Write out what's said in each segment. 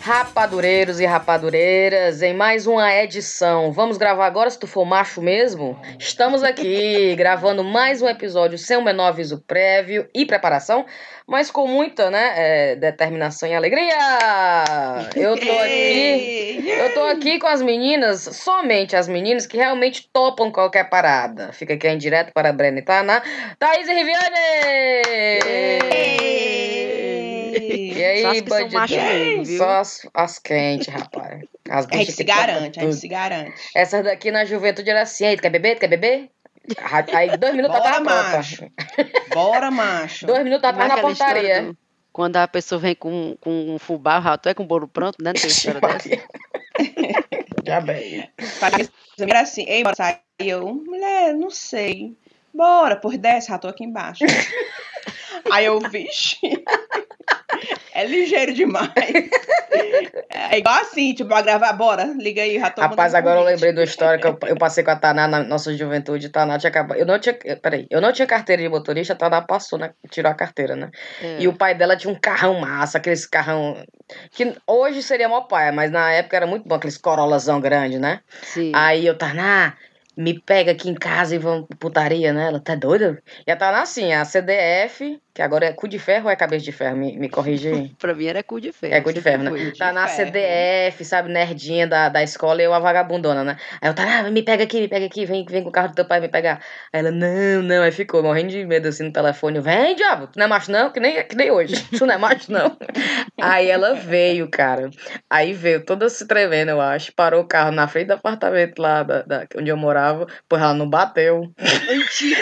Rapadureiros e rapadureiras, em mais uma edição. Vamos gravar agora, se tu for macho mesmo? Estamos aqui gravando mais um episódio sem o menor aviso prévio e preparação, mas com muita, determinação e alegria. Eu tô aqui com as meninas, somente as meninas que realmente topam qualquer parada. Fica aqui em direto para a Brena e Tainá, Thaís e Riviane! E aí, só as que são macho mesmo, viu? Só as quentes, rapaz. As A gente se garante, a gente se garante. Essas daqui na juventude era assim, aí, tu quer beber? Tu quer beber? Aí 2 minutos Bora, tava macho. Bora, macho. 2 minutos tava na portaria. Quando a pessoa vem com um fubá, já tu é com o bolo pronto, né? Não tem história dessa. Já bem. Era assim, ei, bora sair. Eu, mulher, não sei. Bora, por 10, já tô aqui embaixo. Aí eu, vixe. É ligeiro demais. É igual assim, tipo, a gravar, bora, liga aí, já tô. Rapaz, agora eu lembrei da história que eu passei com a Taná na nossa juventude. Taná tinha acabado. Eu não tinha carteira de motorista, a Taná passou, né? Tirou a carteira, né? E o pai dela tinha um carrão massa, aqueles carrão que hoje seria mó pai, mas na época era muito bom, aqueles Corolazão grande, né? Sim. Aí eu, Taná, me pega aqui em casa e vamos pro putaria, né? Ela tá doida? E a Taná assim, a CDF, que agora é cu de ferro ou é cabeça de ferro? Me corrige aí. Pra mim era cu de ferro. É cu de ferro, né? Tá na CDF, sabe, nerdinha da escola e eu a vagabundona, né? Aí eu, Taná, me pega aqui, vem com o carro do teu pai me pegar. Aí ela, não, aí ficou morrendo de medo assim no telefone. Vem, diabo, tu não é macho não? Que nem hoje, tu não é macho não. Aí ela veio, cara. Aí veio toda se tremendo, eu acho. Parou o carro na frente do apartamento lá onde eu morava. Pois ela não bateu. Mentira.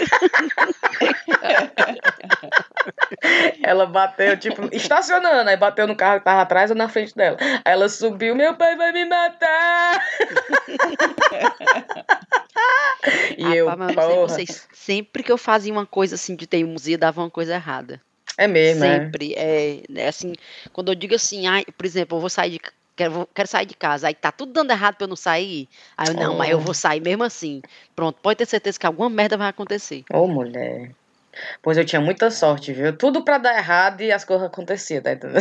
Ela bateu, tipo, estacionando. Aí bateu no carro que tava atrás ou na frente dela. Aí ela subiu, meu pai vai me matar. Mas eu não sei vocês, sempre que eu fazia uma coisa assim de teimosia, dava uma coisa errada. É mesmo, sempre. É assim, quando eu digo assim, por exemplo, eu vou sair de quero sair de casa, aí tá tudo dando errado pra eu não sair, aí eu, não, mas eu vou sair mesmo assim. Pronto, pode ter certeza que alguma merda vai acontecer. Mulher. Pois eu tinha muita sorte, viu? Tudo pra dar errado e as coisas aconteciam, tá entendendo?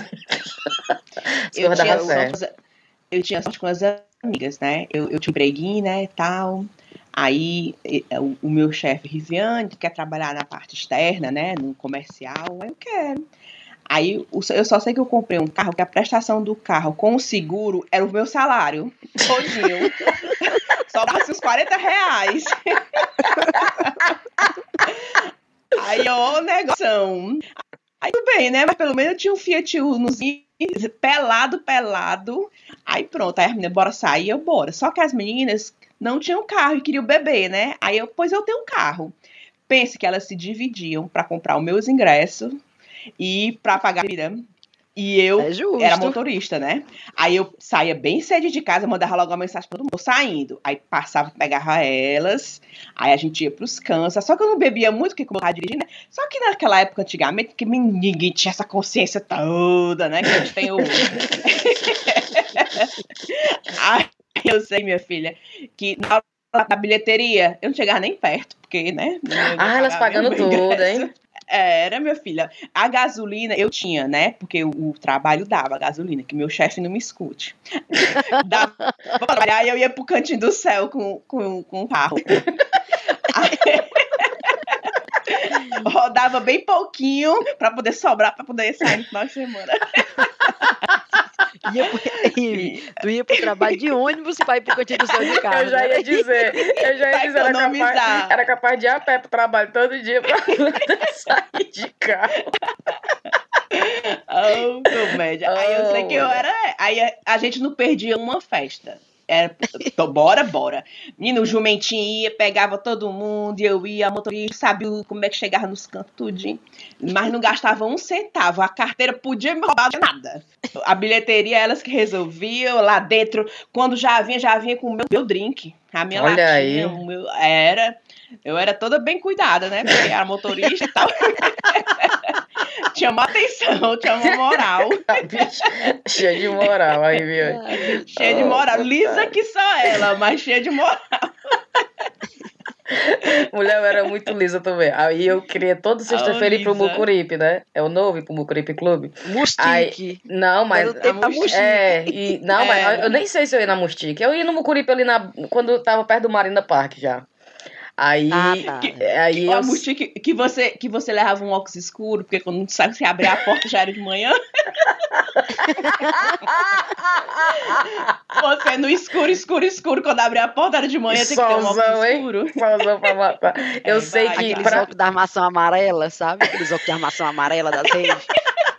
Eu tinha sorte com as amigas, né? Eu tinha um empreguinho, né, e tal. Aí o meu chefe, Riviane, quer trabalhar na parte externa, né, no comercial, aí eu quero. Aí eu só sei que eu comprei um carro, que a prestação do carro com o seguro era o meu salário todinho. Sobrasse uns R$40. Aí, negócio. Aí tudo bem, né? Mas pelo menos eu tinha um Fiat Unozinho pelado. Aí pronto, aí as meninas, bora sair, bora. Só que as meninas não tinham carro e queriam beber, né? Aí eu tenho um carro. Pense que elas se dividiam para comprar os meus ingressos e para pagar a bebida. E eu era motorista, né? Aí eu saía bem cedo de casa, mandava logo uma mensagem pra todo mundo, saindo. Aí passava, pegava elas, aí a gente ia pros Kansas. Só que eu não bebia muito, porque como eu tava dirigindo, né? Só que naquela época, antigamente, que ninguém tinha essa consciência toda, né? Que a gente tem hoje. Aí eu sei, minha filha, que na hora da bilheteria, eu não chegava nem perto, porque, né? Elas pagando tudo, hein? Era, minha filha. A gasolina eu tinha, né? Porque o trabalho dava gasolina, que meu chefe não me escute. Dava pra trabalhar e eu ia pro cantinho do céu com o carro. Rodava bem pouquinho pra poder sobrar, pra poder sair no final de semana. Tu ia pro trabalho de ônibus pra ir pro cantinho do céu de carro. Eu já ia dizer, era capaz de ir a pé pro trabalho todo dia pra sair de carro. Comédia. Aí eu sei que eu era. Aí a gente não perdia uma festa. Era, bora. Menino, o jumentinho ia, pegava todo mundo, eu ia, a motorista sabia como é que chegava nos cantos, tudinho. Mas não gastava um centavo. A carteira podia me roubar de nada. A bilheteria, elas que resolviam lá dentro. Quando já vinha com o meu drink. A minha latinha, eu era toda bem cuidada, né? Porque era motorista e tal. Tinha uma atenção, tinha uma moral. Cheia de moral, aí, viu? Cheia de moral. Lisa que só ela, mas cheia de moral. Mulher, eu era muito lisa também. Aí eu queria toda sexta-feira ir pro Lisa. Mucuripe, né? É o novo ir pro Mucuripe Clube. Aí, Mustique. não, mas... Era o tempo da Mustique. Não, mas Era. eu nem sei se eu ia na Mustique. Eu ia no Mucuripe ali quando eu tava perto do Marina Park já. Aí, Tá. aí Ó, eu... a Musti que você levava um óculos escuro, porque quando não sabe se abrir a porta já era de manhã. Você no escuro, quando abria a porta era de manhã, tem que ter um Solzão, óculos hein? escuro. Solzão pra matar. Eu sei vai, que... Aqueles óculos da armação amarela, sabe? Aqueles óculos de armação amarela das redes.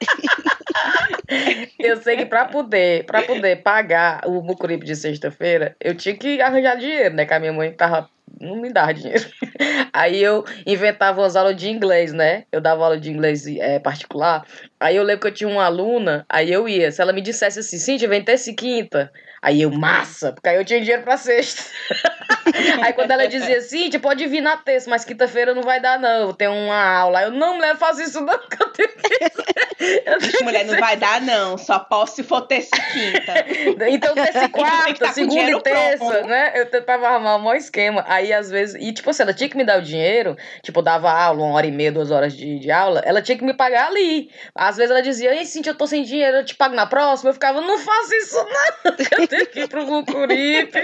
Eu sei que pra poder pagar o Mucuripe de sexta-feira, eu tinha que arranjar dinheiro, né? Que a minha mãe não me dava dinheiro. Aí eu inventava umas aulas de inglês, né? Eu dava aula de inglês particular. Aí eu lembro que eu tinha uma aluna, aí eu ia. Se ela me dissesse assim, Cíntia, vem terça e quinta. Aí eu, massa, porque aí eu tinha dinheiro pra sexta. Aí quando ela dizia, Cíntia, pode vir na terça, mas quinta-feira não vai dar, não. Eu tenho uma aula. Aí eu, não, mulher, faz isso não, que eu tenho que... Vixe, mulher, não vai dar, não. Só posso se for terça e quinta. Então, terça e quarta, com segunda dinheiro e terça, pronto. né? Eu tentava arrumar um maior esquema. Aí, às vezes... E, tipo assim, ela tinha que me dar o dinheiro. Tipo, eu dava aula, 1h30, 2 horas de aula. Ela tinha que me pagar ali. Às vezes ela dizia, ei, Cintia, eu tô sem dinheiro, eu te pago na próxima. Eu ficava, não faça isso não, eu tenho que ir pro Mucuripe.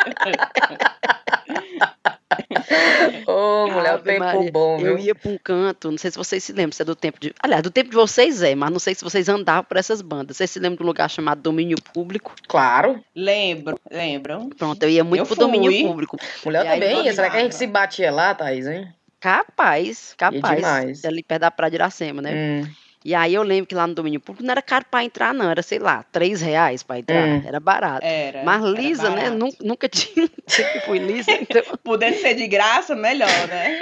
Ô, mulher, o Ave tempo Maria. bom, viu? Eu ia pra um canto, não sei se vocês se lembram, se é do tempo de... Aliás, do tempo de vocês mas não sei se vocês andavam por essas bandas. Vocês se lembram de um lugar chamado Domínio Público? Claro. Lembram? Pronto, eu ia muito Eu pro Domínio fui. Público. Mulher E aí, também ia. vamos Será que a gente lá. se batia lá, Thaís, hein? Capaz. demais. Ali perto da Praia de Iracema, né? Hum. E aí eu lembro que lá no Domínio Público não era caro pra entrar, não. Era, sei lá, R$3 pra entrar. Era barato. Era Mas lisa, né? barato. Nunca tinha. Sempre fui lisa, então... Podendo ser de graça, melhor, né?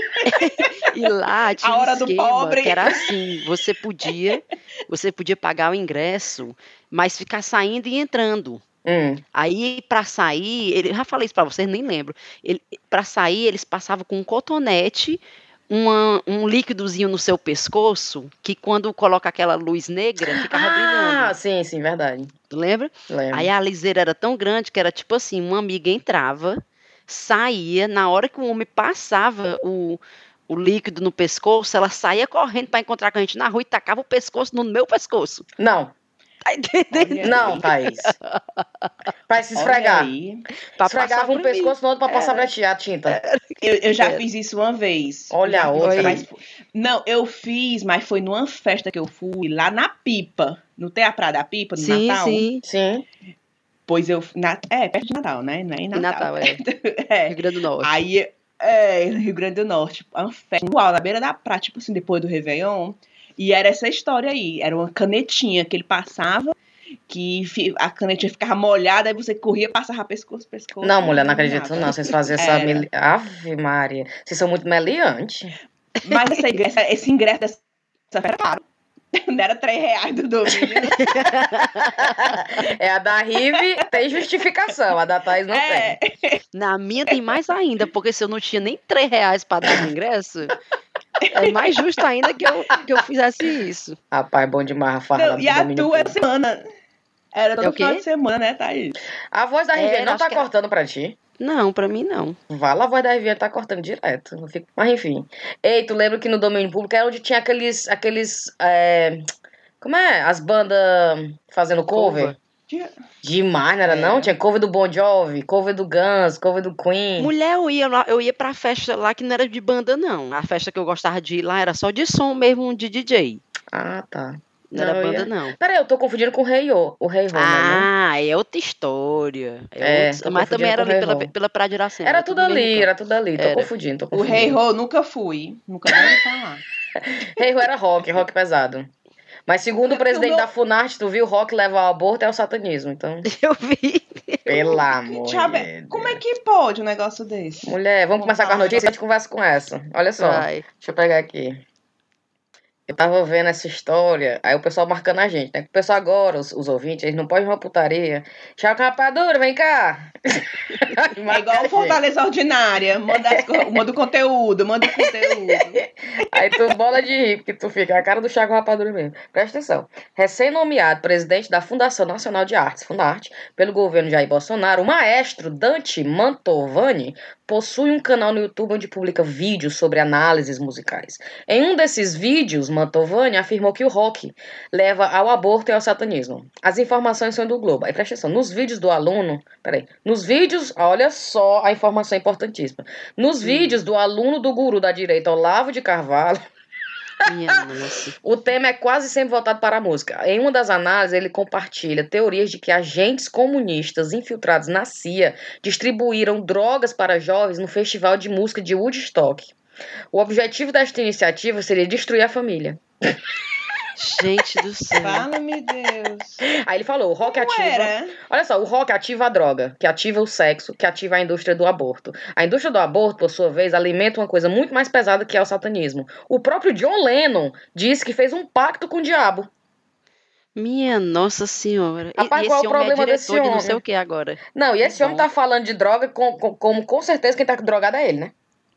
E lá tinha A hora um do esquema pobre. que era assim, você podia pagar o ingresso, mas ficar saindo e entrando. Aí, pra sair, já falei isso pra vocês, nem lembro. Pra sair, eles passavam com um cotonete, um líquidozinho no seu pescoço, que quando coloca aquela luz negra, ficava brilhando. Sim, verdade. Tu lembra? Lembro. Aí a liseira era tão grande que era tipo assim, uma amiga entrava, saía, na hora que o homem passava o líquido no pescoço, ela saía correndo para encontrar com a gente na rua e tacava o pescoço no meu pescoço. Não. Tá entendendo? Olha Não, aí. Thaís. Pra se Olha esfregar. aí. Pra Esfregava passar um pra pescoço no outro pra passar Era. pra ti a tinta. Eu já Era. fiz isso uma vez. Olha Já a fiz, outra. mas não, eu fiz, mas foi numa festa que eu fui lá na Pipa. Não tem a Praia da Pipa, no Sim, Natal? Sim. Pois perto de Natal, né? Não é em Em Natal. Natal, é. É. Rio Grande do Norte. Aí, Rio Grande do Norte, uma festa na beira da praia, tipo assim, depois do Réveillon. E era essa história aí. Era uma canetinha que ele passava, que a canetinha ficava molhada, aí você corria, passava pescoço. Não, mulher, não terminava. acredito não. Vocês faziam essa... Era. Ave Maria. Vocês são muito meliantes. Mas esse ingresso dessa festa era caro. Não era R$3 do domínio. É a da Rive, tem justificação. A da Thaís não tem. Na minha tem mais ainda, porque se eu não tinha nem R$3 para dar no ingresso, é mais justo ainda que eu fizesse isso. Rapaz, bom demais a farra Não, do e a domínio tua público. semana? Era É todo o quê? final de semana, né, Thaís? A voz da Riviane não acho tá que cortando pra ti. Não, pra mim não. Vai lá, a voz da Riviane tá cortando direto. Mas enfim. Ei, tu lembra que no domínio público era onde tinha aqueles como é? As bandas fazendo cover? Demais, não era não? Tinha cover do Bon Jovi, cover do Guns, cover do Queen. Mulher, eu ia pra festa lá que não era de banda, não. A festa que eu gostava de ir lá era só de som mesmo, de DJ. Ah, tá. Não era banda, não. Peraí, eu tô confundindo com o Rei Rô. O Rei Rô, né? É outra história. Tô Mas também era ali confundindo com o Rei Rô. pela Praia de Iracema. Era tudo ali. Tô Era. confundindo. O Rei Rô nunca fui. Nunca nem ouvi falar. Rei Rô era rock pesado. Mas segundo o presidente da Funarte, tu viu, rock leva ao aborto é o satanismo, então... Eu vi. Pelo amor Tchau, de Deus. como é que pode um negócio desse? Mulher, vamos começar com as notícias e a gente conversa com essa. Olha só, Vai. deixa eu pegar aqui. Eu tava vendo essa história, aí o pessoal marcando a gente, né? O pessoal agora, os ouvintes, eles não podem uma putaria. Tchau, rapadura, vem cá. É igual o Fortaleza Ordinária. Manda o conteúdo. Aí tu bola de rir, porque tu fica a cara do Thiago Rapadura mesmo. Presta atenção. Recém-nomeado presidente da Fundação Nacional de Artes, Funarte, pelo governo Jair Bolsonaro, o maestro Dante Mantovani possui um canal no YouTube onde publica vídeos sobre análises musicais. Em um desses vídeos, Mantovani afirmou que o rock leva ao aborto e ao satanismo. As informações são do Globo. Aí presta atenção, nos vídeos do aluno... Peraí. Nos vídeos... Olha só a informação importantíssima. Nos vídeos do aluno do guru da direita, Olavo de Carvalho... Minha nossa. O tema é quase sempre voltado para a música. Em uma das análises, ele compartilha teorias de que agentes comunistas infiltrados na CIA distribuíram drogas para jovens no festival de música de Woodstock. O objetivo desta iniciativa seria destruir a família. Gente do céu. Fala-me Deus. Aí ele falou, o rock Como ativa... era? Olha só, o rock ativa a droga, que ativa o sexo, que ativa a indústria do aborto. A indústria do aborto, por sua vez, alimenta uma coisa muito mais pesada que é o satanismo. O próprio John Lennon disse que fez um pacto com o diabo. Minha nossa senhora. Rapaz, E qual esse é o homem problema é desse diretor de não homem? sei o que agora. Não, e esse Que homem bom. tá falando de droga como com certeza quem tá drogado é ele, né?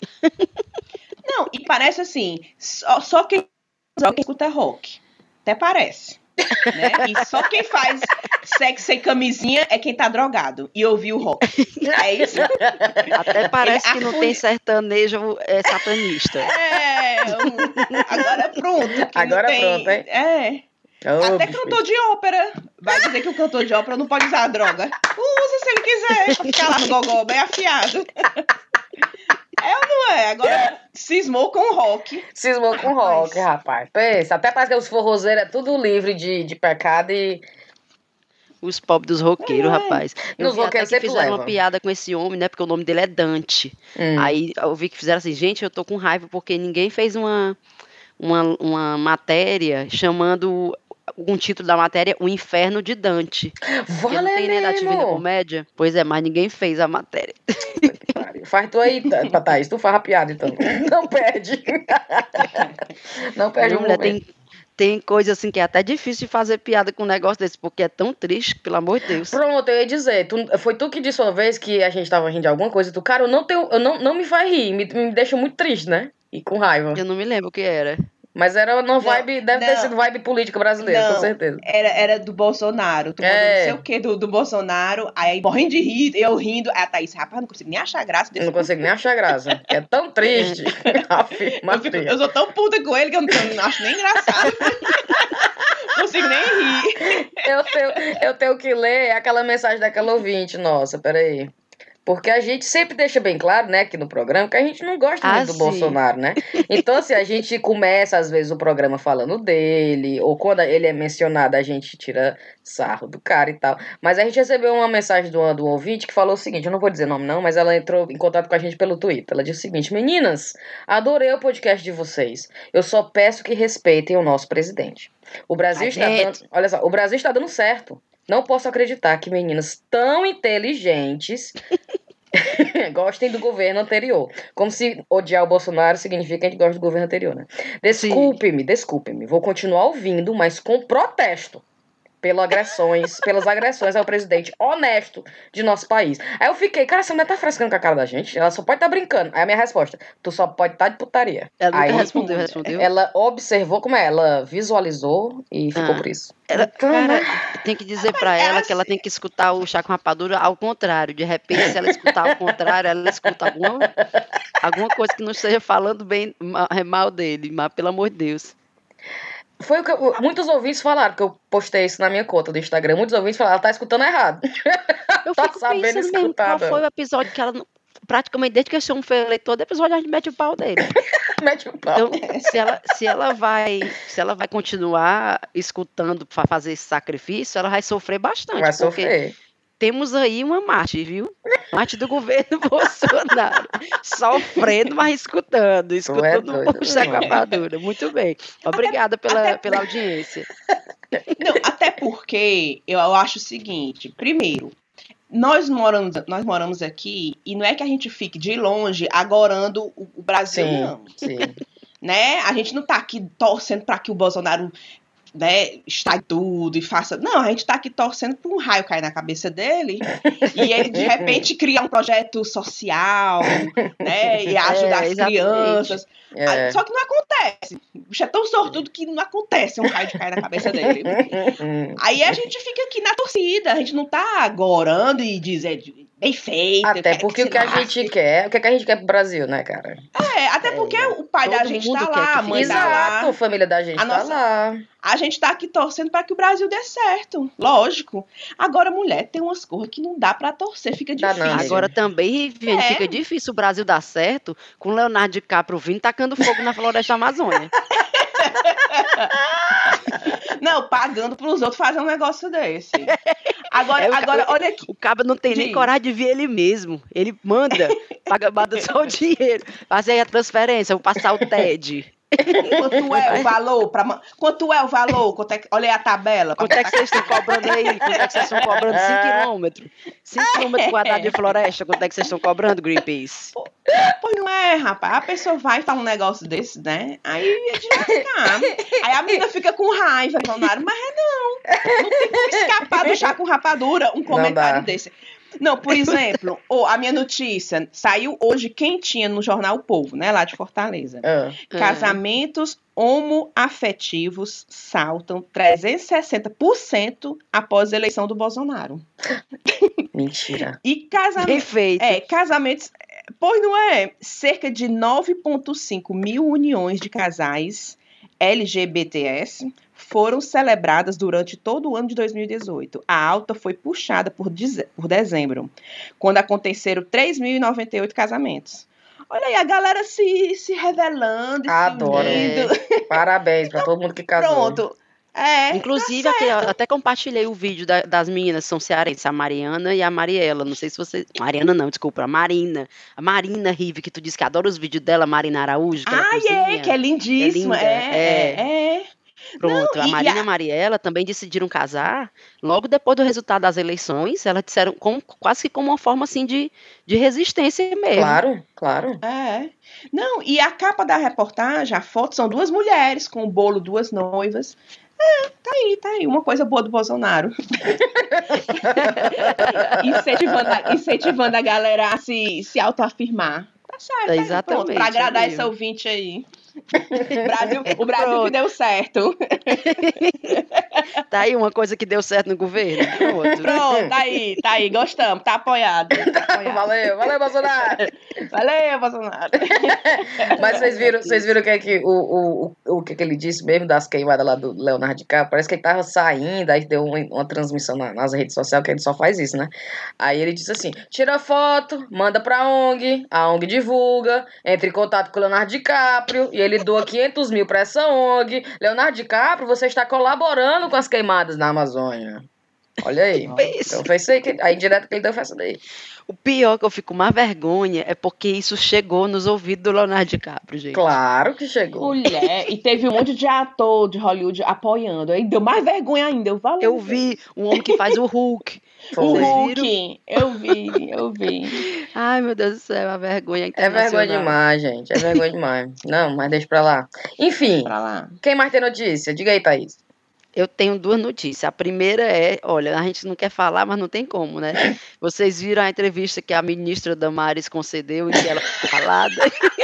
Não, e parece assim, só quem escuta rock. Até parece. Né? E só quem faz sexo sem camisinha é quem tá drogado e ouviu o rock. É isso? Até parece que não Ele tem sertanejo satanista. Agora pronto. Que Agora não tem, pronto, hein? Até cantor de ópera vai dizer que o cantor de ópera não pode usar droga. Usa se ele quiser, pra ficar lá no gogó bem afiado. É ou não é? Agora cismou com o rock. Cismou com rock, rapaz. Pensa, até parece que os forrozeiros é tudo livre de pecado e... Os pobres dos roqueiros, rapaz. Eu Nos vi até roqueiros que sempre fizeram leva. uma piada com esse homem, né? Porque o nome dele é Dante. Aí eu vi que fizeram assim, gente, eu tô com raiva porque ninguém fez uma matéria chamando um título da matéria O Inferno de Dante. Porque não tem, né, da Divina Comédia. Pois é, mas ninguém fez a matéria. Faz tu aí, Thaís, tu faz a piada, então. Não perde. Não perde Não, o mulher, momento. tem coisa assim que é até difícil de fazer piada com um negócio desse, porque é tão triste, pelo amor de Deus. Pronto, eu ia dizer, foi tu que disse uma vez que a gente tava rindo de alguma coisa, cara, não me faz rir, me deixa muito triste, né? E com raiva. Eu não me lembro o que era. Mas era uma vibe, deve ter sido vibe política brasileira, com certeza. Era do Bolsonaro. Tu mandou não sei o que do Bolsonaro, aí morrendo de rir, eu rindo. Aí a Thaís, rapaz, não consigo nem achar graça desse. Eu não consigo nem achar graça. É tão triste. Eu sou tão puta com ele que eu não acho nem engraçado. Não consigo nem rir. Eu tenho que ler aquela mensagem daquela ouvinte, nossa, peraí. Porque a gente sempre deixa bem claro, né, aqui no programa, que a gente não gosta muito do sim. Bolsonaro, né? Então, assim, a gente começa, às vezes, o programa falando dele, ou quando ele é mencionado, a gente tira sarro do cara e tal. Mas a gente recebeu uma mensagem do ouvinte que falou o seguinte, eu não vou dizer nome não, mas ela entrou em contato com a gente pelo Twitter. Ela disse o seguinte, meninas, adorei o podcast de vocês. Eu só peço que respeitem o nosso presidente. O Brasil está dando... Olha só, o Brasil está dando certo. Não posso acreditar que meninas tão inteligentes gostem do governo anterior. Como se odiar o Bolsonaro significa que a gente gosta do governo anterior, né? Desculpe-me. Vou continuar ouvindo, mas com protesto pelas agressões ao presidente honesto de nosso país. Aí eu fiquei, cara, essa mulher tá frescando com a cara da gente? Ela só pode estar brincando. Aí a minha resposta, tu só pode estar de putaria. Ela Aí, nunca respondeu. Ela observou como é, ela visualizou e ficou por isso. Cara, tem que dizer pra ela que ela tem que escutar o Chá com Rapadura ao contrário. De repente, se ela escutar ao contrário, ela escuta alguma coisa que não esteja falando bem mal dele, mas pelo amor de Deus. Foi o que muitos ouvintes falaram, que eu postei isso na minha conta do Instagram. Muitos ouvintes falaram, ela tá escutando errado. Eu Tá fico sabendo pensando mesmo escutar, qual foi o episódio que ela... Praticamente, desde que esse homem foi eleitor, todo episódio a gente mete o pau dele. Mete o pau. Então, se ela vai continuar escutando para fazer esse sacrifício, ela vai sofrer bastante. Vai sofrer. Temos aí uma Marte, viu? Marte do governo Bolsonaro. Sofrendo, mas escutando o Chá com Rapadura. Muito bem. Obrigada pela audiência. Não, até porque eu acho o seguinte. Primeiro, nós moramos aqui e não é que a gente fique de longe agorando o Brasil, não. Sim. Né? A gente não tá aqui torcendo para que o Bolsonaro, né, estague tudo e faça... Não, a gente tá aqui torcendo para um raio cair na cabeça dele e ele, de repente, criar um projeto social, né, e ajudar as crianças. Só que não acontece. O bicho é tão sortudo que não acontece um raio de cair na cabeça dele. Aí a gente fica aqui na torcida, a gente não tá agorando e dizendo, bem feito. Até porque o que a gente quer, o que a gente quer pro Brasil, né, cara? Até porque o pai da gente tá lá, a mãe tá lá. Exato, a família da gente tá lá. A gente tá aqui torcendo pra que o Brasil dê certo, lógico. Agora, mulher, tem umas coisas que não dá pra torcer, fica difícil. Não, agora também, fica difícil o Brasil dar certo com o Leonardo DiCaprio vindo tacando fogo na floresta da Amazônia. Não, pagando pros outros fazer um negócio desse. Agora, olha aqui. O cabra não tem nem coragem de ver ele mesmo. Ele manda só o dinheiro. Fazer aí a transferência, vou passar o TED. Quanto é o valor? Olha aí a tabela. Quanto é que vocês estão cobrando aí? Quanto é que vocês estão cobrando? 5 quilômetros. 5 quilômetros quadrados de floresta. Quanto é que vocês estão cobrando, Greenpeace? Pois não é, rapaz. A pessoa vai e fala um negócio desse, né? Aí é de lascar. Aí a menina fica com raiva, Leonardo. Mas não. Não tem como escapar do chá com rapadura um comentário desse. Não, por exemplo, a minha notícia saiu hoje quentinha no jornal O Povo, né, lá de Fortaleza. Casamentos homoafetivos saltam 360% após a eleição do Bolsonaro. Mentira. E casamentos, pois não é, cerca de 9,5 mil uniões de casais LGBTs foram celebradas durante todo o ano de 2018. A alta foi puxada por dezembro, quando aconteceram 3.098 casamentos. Olha aí, a galera se revelando. Adoro. Parabéns pra todo mundo que casou. Pronto. Inclusive, até compartilhei o vídeo das meninas, são cearenses, a Mariana e a Mariela. Não sei se você... Mariana não, desculpa, a Marina. A Marina Rive, que tu disse que adora os vídeos dela, Marina Araújo. Que é lindíssima. Pronto, a Marina e a Mariela também decidiram casar logo depois do resultado das eleições. Elas disseram quase que como uma forma assim de resistência mesmo. Claro. Não, e a capa da reportagem, a foto, são 2 mulheres com o bolo, 2 noivas. Tá aí, uma coisa boa do Bolsonaro. incentivando a galera a se autoafirmar. Tá certo. Exatamente. Pronto, pra agradar essa ouvinte aí. O Brasil que deu certo. Tá aí uma coisa que deu certo no governo. Pronto, tá aí, gostamos, tá apoiado. Valeu, Bolsonaro. Valeu, Bolsonaro. Mas vocês viram que o que ele disse mesmo das queimadas lá do Leonardo DiCaprio? Parece que ele tava saindo, aí deu uma transmissão nas redes sociais, que ele só faz isso, né? Aí ele disse assim, tira foto, manda pra ONG, a ONG divulga, entre em contato com o Leonardo DiCaprio, e ele doa 500 mil pra essa ONG. Leonardo DiCaprio, você está colaborando com as queimadas na Amazônia. Olha aí. Então foi isso aí, aí direto que ele deu essa daí. O pior que eu fico mais vergonha é porque isso chegou nos ouvidos do Leonardo DiCaprio, gente. Claro que chegou. Mulher, e teve um monte de ator de Hollywood apoiando. Aí deu mais vergonha ainda. Eu vi um homem que faz o Hulk. O Hulk. Eu vi. Ai, meu Deus do céu, a vergonha internacional. É vergonha demais, gente. É vergonha demais. Não, mas deixa pra lá. Enfim, quem mais tem notícia? Diga aí, Thaís. Eu tenho 2 notícias. A primeira é, olha, a gente não quer falar, mas não tem como, né? Vocês viram a entrevista que a ministra Damares concedeu e que ela ficou calada?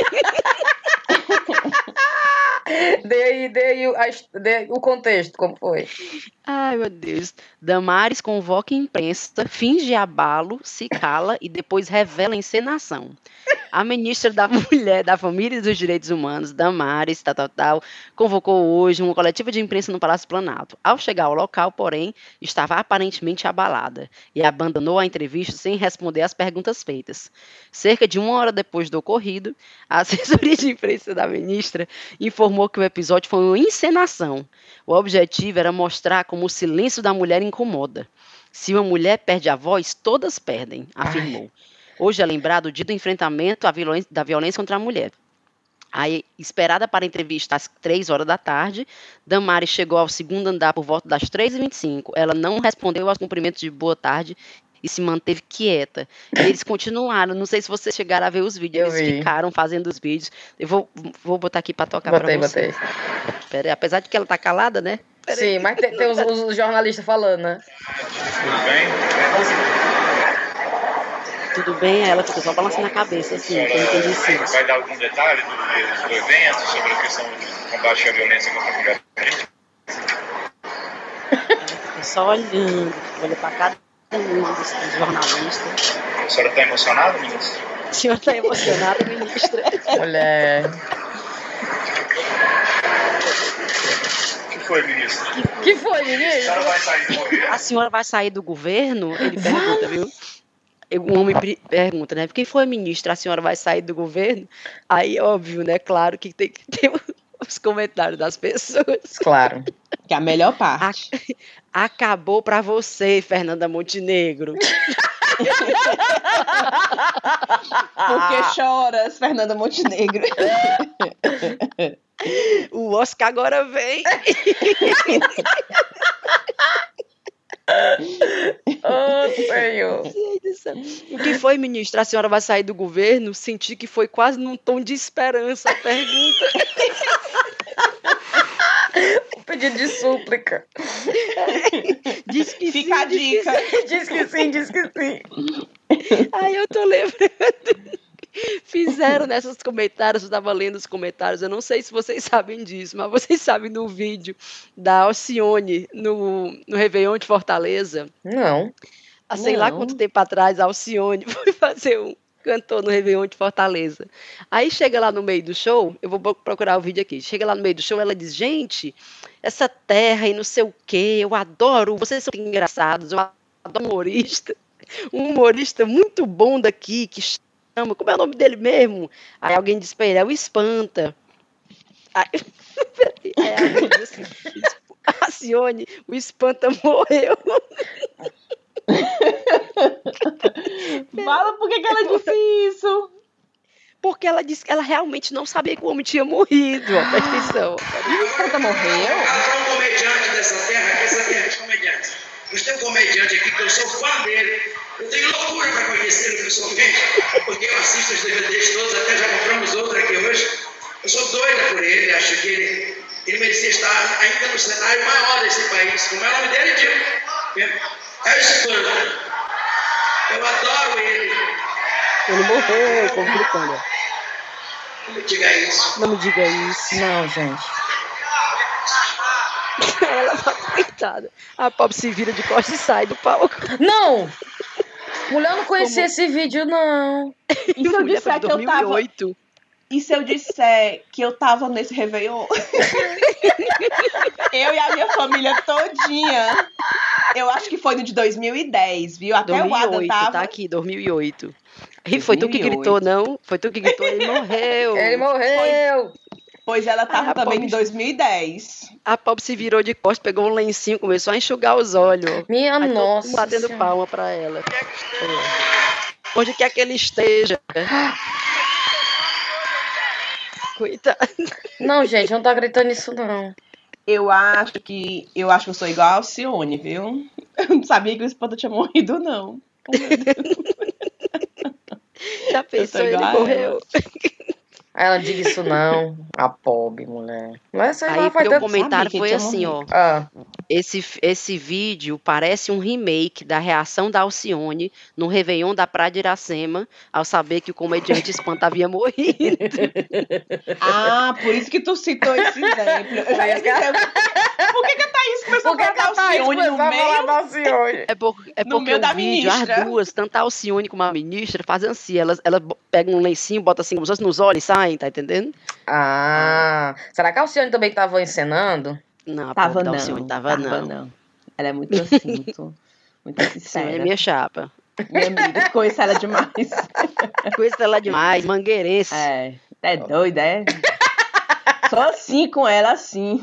Dê o contexto, como foi? Ai, meu Deus. Damares convoca a imprensa, finge abalo, se cala e depois revela a encenação. A ministra da Mulher, da Família e dos Direitos Humanos, Damares, convocou hoje uma coletiva de imprensa no Palácio Planalto. Ao chegar ao local, porém, estava aparentemente abalada e abandonou a entrevista sem responder às perguntas feitas. Cerca de 1 hora depois do ocorrido, a assessoria de imprensa da ministra informou que o episódio foi uma encenação. O objetivo era mostrar como o silêncio da mulher incomoda. Se uma mulher perde a voz, todas perdem, afirmou. Hoje é lembrado o dia do enfrentamento da violência contra a mulher. Aí, esperada para a entrevista às 3 horas da tarde, Damares chegou ao 2º andar por volta das 3h25. Ela não respondeu aos cumprimentos de boa tarde e se manteve quieta. E eles continuaram. Não sei se vocês chegaram a ver os vídeos. Eles ficaram fazendo os vídeos. Eu vou botar aqui para tocar para vocês. Pera aí, apesar de que ela tá calada, né? Sim, mas tem os jornalistas falando, né? Tudo bem? Tudo bem, ela fica só balançando a cabeça, assim, Vai dar algum detalhe do evento sobre a questão de combate à violência contra a mulher? Ela fica só olhando, olha pra cada uma dos jornalistas. A senhora está emocionada, ministra? A senhora está emocionada, ministra? Mulher. O que foi, ministra? Que foi, A menino? senhora vai sair do governo? A senhora vai sair do governo? Ele pergunta, viu? O homem pergunta, né? Quem foi, ministra? A senhora vai sair do governo? Aí, óbvio, né? Claro que tem que ter os comentários das pessoas. Claro. Que é a melhor parte. Acabou pra você, Fernanda Montenegro. Porque choras, Fernanda Montenegro. O Oscar agora vem. Oh, Senhor. O que foi, ministra? A senhora vai sair do governo? Senti que foi quase num tom de esperança a pergunta. Um pedido de súplica. Diz que Fica sim, a dica. Diz que sim, diz que sim. Aí eu tô lembrando. Fizeram nesses comentários, eu estava lendo os comentários, eu não sei se vocês sabem disso, mas vocês sabem no vídeo da Alcione no Réveillon de Fortaleza, Não. há sei lá Não. quanto tempo atrás, a Alcione foi fazer um cantor no Réveillon de Fortaleza. Aí chega lá no meio do show, eu vou procurar o vídeo aqui, chega lá no meio do show, ela diz, gente, essa terra e não sei o quê, eu adoro, vocês são engraçados, eu adoro um humorista muito bom daqui, que chama, como é o nome dele mesmo? Aí alguém diz pra ele, é o Espanta. Aí alguém diz assim, Alcione, o Espanta morreu. Fala por que ela disse isso. Porque ela disse que ela realmente não sabia que o homem tinha morrido. Ó, presta atenção. E o Espanta morreu? É um comediante dessa terra, que essa terra de comediantes. Mas tem um comediante aqui que eu sou fã dele. Eu tenho loucura para conhecê-lo pessoalmente, porque eu assisto os DVDs todos, até já compramos outro aqui hoje. Eu sou doida por ele, acho que ele merecia estar ainda no cenário maior desse país. Como é o nome dele, Diego? É o Espanta. Eu adoro ele. Ele morreu, complicando. Não me diga isso. Não me diga isso. Não, gente. Ela tá coitada. A pobre se vira de costas e sai do palco. Não! Mulher, eu não conhecia esse vídeo, não. E se eu Mulher, foi disser de que eu tava... 2008. E se eu disser que eu tava nesse Réveillon? Eu e a minha família todinha. Eu acho que foi no de 2010, viu? Até 2008, o Adam tava... tá aqui, 2008. E foi tu que 2008. gritou, não? Foi tu que gritou, ele morreu. Ele morreu! Pois ela tava Ah, também pobre. em 2010. A pobre se virou de costas, pegou um lencinho, começou a enxugar os olhos. Minha Aí todo mundo nossa. batendo Senhora. palma pra ela. Onde quer que ele esteja. Coitado. Não, gente, eu não tô acreditando nisso, não. Eu acho que eu sou igual a Alcione, viu? Eu não sabia que o Espanta tinha morrido, não. Já pensou, ele igual a ela. morreu. Aí ela não diga isso, não. A pobre mulher. Mas sei lá, Aí vai porque o tanto... comentário Sabia que foi tinha assim, ó. morrido. Ah, Esse vídeo parece um remake da reação da Alcione no Réveillon da Praia de Iracema, ao saber que o comediante Espanta havia morrido. Ah, por isso que tu citou esse exemplo. Eu já ia dizer, por que a Thaís começou por que a que a falar Thaís Alcione começou no a falar meio? da Alcione? É porque meio o da vídeo, ministra. as duas, tanto a Alcione como a ministra, fazem assim, elas pegam um lencinho, botam assim como se fosse nos olhos e saem, tá entendendo? Ah, será que a Alcione também tava encenando? Não, a Tava pobre da não, Alcione tava não. Ela é muito assim, muito Alcione sincera. é minha chapa. Minha amiga, conheço ela demais. Coisa ela demais, mangueirense. É doida, é? Sou assim com ela, assim.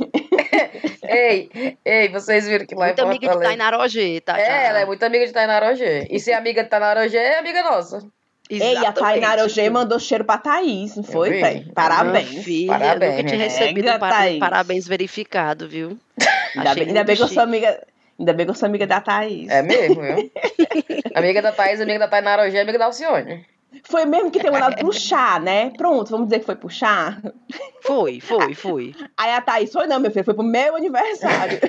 Ei, vocês viram que lá Muito em amiga de Fortaleza... Tainara Ogê, tá? Ela é muito amiga de Tainara Ogê. E se é amiga de Tainara Ogê, é amiga nossa. Ei, a Tainara Ogê viu? mandou cheiro pra Thaís, não foi, vi. Thaís? Minha Parabéns. filha, Parabéns, nunca tinha minha recebido nega, um Thaís. parabéns verificado, viu? Ainda Achei bem, ainda bem que eu muito sou amiga. Ainda bem que eu sou amiga da Thaís. É mesmo, viu? Amiga da Thaís, amiga da Tainara Ogê, amiga da Alcione. Foi mesmo que tem mandado pro chá, né? Pronto, vamos dizer que foi pro chá. Foi. Aí a Thaís foi, não, meu filho, foi pro meu aniversário.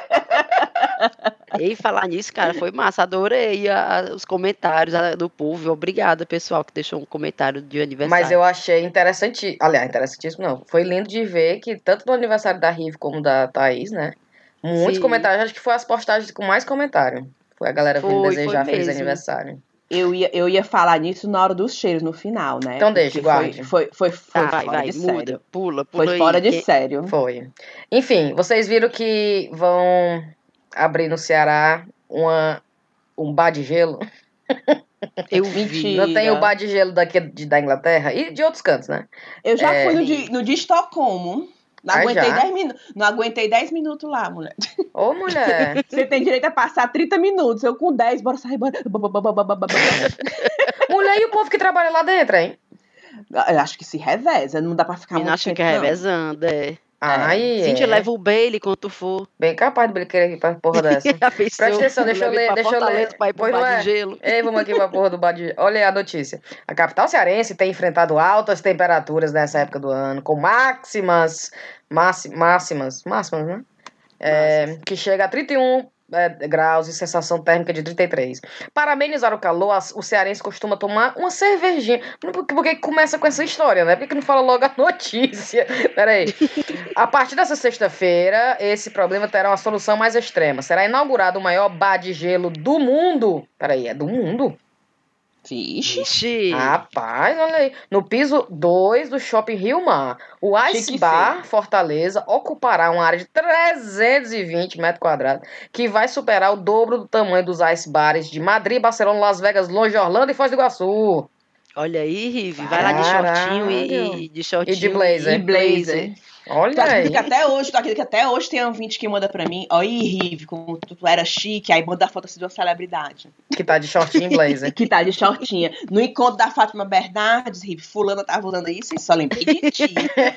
E falar nisso, cara, foi massa. Adorei os comentários do povo. Obrigada, pessoal, que deixou um comentário de aniversário. Mas eu achei interessante, aliás, interessantíssimo não. Foi lindo de ver que tanto no aniversário da Rive como da Thaís, né? Muitos Sim. comentários, acho que foi as postagens com mais comentário. Foi a galera vindo Foi desejar feliz mesmo. aniversário. Eu ia falar nisso na hora dos cheiros, no final, né? Então deixa, Porque guarde. Foi Tá, fora vai, de muda, sério. pula Foi aí. fora de sério. Foi. Enfim, vocês viram que vão abrir no Ceará um bar de gelo? Eu vi. Mentira. Não tem o bar de gelo daqui da Inglaterra e de outros cantos, né? Eu já fui Sim. no de Estocolmo. Não Ah, aguentei já? 10 minutos. Não aguentei 10 minutos lá, mulher. Ô, mulher. Você tem direito a passar 30 minutos. Eu com 10, bora sair, bora. Mulher e o povo que trabalha lá dentro, hein? Eu acho que se reveza, não dá pra ficar Menina, muito acho tempo, que é não. revezando, é. Ai, Cintia, é. leva o Bailey quando tu for. Bem capaz de querer ir pra porra dessa. Já pensou? Presta atenção, deixa eu Leva ele ler, pra deixa eu Fortaleza ler. pra ir pro Pois não bar é? de gelo. Ei, vamos aqui pra porra do bar de gelo. Olha aí a notícia. A capital cearense tem enfrentado altas temperaturas nessa época do ano, com máximas, né? Que chega a 31 graus e sensação térmica de 33. Para amenizar o calor, o cearense costuma tomar uma cervejinha. Por que começa com essa história, né? Por que não fala logo a notícia? Peraí. A partir dessa sexta-feira, esse problema terá uma solução mais extrema. Será inaugurado o maior bar de gelo do mundo. Peraí, é do mundo? Vixe. Ixi. Rapaz, olha aí. No piso 2 do Shopping Rio Mar, o Ice Chique Bar Fortaleza ocupará uma área de 320 metros quadrados, que vai superar o dobro do tamanho dos Ice Bares de Madrid, Barcelona, Las Vegas, Longe de Orlando e Foz do Iguaçu. Olha aí, Rive. Vai lá de shortinho e de shortinho. E de blazer. E blazer. Olha Tu aí. acredita que até hoje tem um ouvinte que manda pra mim, ó, e Rive, como tu era chique, aí manda a foto assim de uma celebridade. Que tá de shortinho e blazer. Que tá de shortinha. No encontro da Fátima Bernardes, Rive, fulana tava usando isso e só lembrei de ti.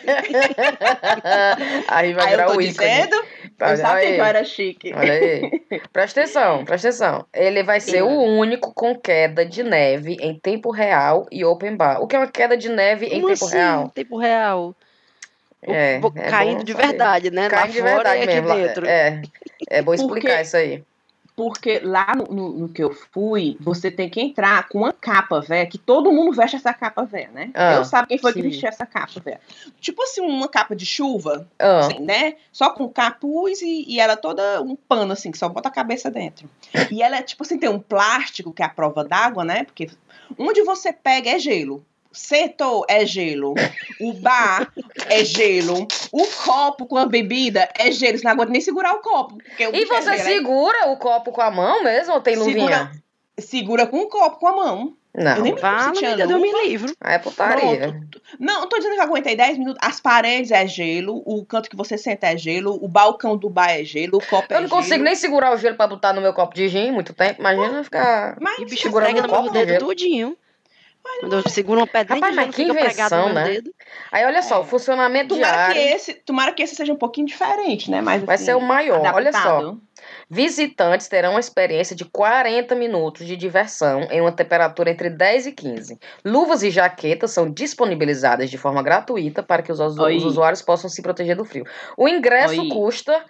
Aí vai Aí eu virar tô o ícone. dizendo, Tá, eu sabia aí. que eu era chique. Olha aí. Presta atenção. Ele vai ser o único com queda de neve em tempo real e open bar. O que é uma queda de neve em Como tempo assim? real? Tempo real. É Caindo bom de saber. verdade, né? Caindo lá de fora verdade e aqui mesmo. dentro. É bom explicar Porque- isso aí. Porque lá no que eu fui, você tem que entrar com uma capa, velho, que todo mundo veste essa capa, velho, né? Ah, Eu sabe quem foi que sim. vestiu essa capa, velho. Tipo assim, uma capa de chuva, Ah, assim, né? Só com capuz e ela toda um pano, assim, que só bota a cabeça dentro. E ela é, tipo assim, tem um plástico que é a prova d'água, né? Porque onde você pega é gelo. Setor é gelo. O bar é gelo. O copo com a bebida é gelo. Você não aguenta nem segurar o copo. Porque o E bicho é você gelo, aí segura o copo com a mão mesmo ou tem luvinha? segura com o copo com a mão. Eu Não, nem me lembro se Fala, tinha meu Deus, me luva. livro. é putaria. Pronto. Não tô dizendo que eu aguentei 10 minutos. As paredes é gelo, o canto que você senta é gelo, o balcão do bar é gelo, o copo é Eu não consigo gelo. nem segurar o gelo pra botar no meu copo de gin muito tempo. Imagina ficar Mas E o bicho segurando prega um no meu copo de dedo gelo. tudinho. Quando eu seguro uma pedrinha Rapaz, de mas gelo, que fica pregado no invenção, meu né? dedo. Aí olha só, É. o funcionamento diário Tomara que esse seja um pouquinho diferente, né? Mas, vai assim, ser o maior. Olha só. adaptado. Visitantes terão uma experiência de 40 minutos de diversão em uma temperatura entre 10 e 15. Luvas e jaquetas são disponibilizadas de forma gratuita para que os Oi. usuários possam se proteger do frio. O ingresso Oi. custa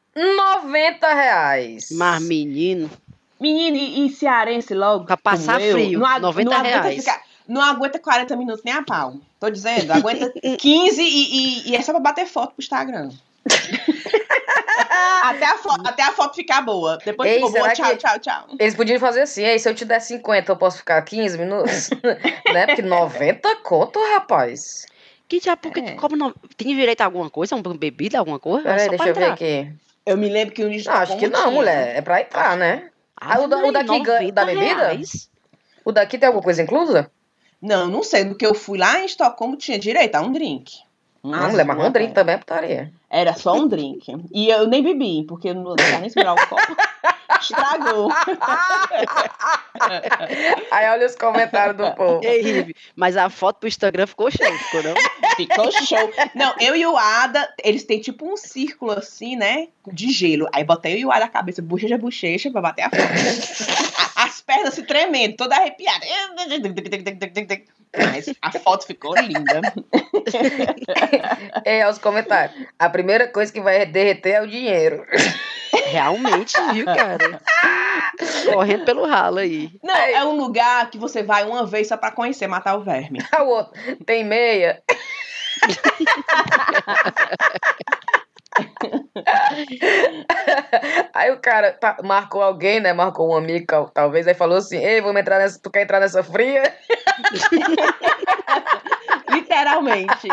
R$90. Mas, menino, Menino, e cearense logo? Pra passar como eu, frio, R$90. Não aguenta 40 minutos nem a pau. Tô dizendo, aguenta 15 e é só pra bater foto pro Instagram. até a foto ficar boa. Depois Ei, ficou boa, será que- tchau. Eles podiam fazer assim, aí se eu te der 50, eu posso ficar 15 minutos? Né? Porque 90 conto, rapaz. Que diabo, porque É. tu cobra... Tem direito a alguma coisa? Uma bebida, alguma coisa? Peraí, Só deixa pra eu ver entrar. aqui. Eu me lembro que o Não, acho que não, mulher. É pra entrar, né? Ah, o daqui ganha- da bebida? R$90? O daqui tem alguma coisa inclusa? Não sei. Do que eu fui lá em Estocolmo, tinha direito a um drink. Não, mulher, mas um drink também é putaria. Era só um drink. E eu nem bebi, porque eu não deixava nem segurar o copo. Estragou. Aí olha os comentários do povo. Ei, Rive, mas a foto pro Instagram ficou show, ficou não? Ficou show. Não, eu e o Ada, eles têm tipo um círculo assim, né? De gelo. Aí botei eu e o Ada a cabeça, bochecha a bochecha, pra bater a foto. As pernas se tremendo, toda arrepiada. Mas a foto ficou linda. É, olha os comentários. A primeira coisa que vai derreter é o dinheiro. Realmente, viu, cara? Correndo pelo ralo aí. Não, é um lugar que você vai uma vez só pra conhecer, matar o verme. O outro, tem meia. Aí o cara marcou alguém, né? Marcou um amigo, talvez, aí falou assim: ei, vamos entrar nessa. Tu quer entrar nessa fria? Literalmente.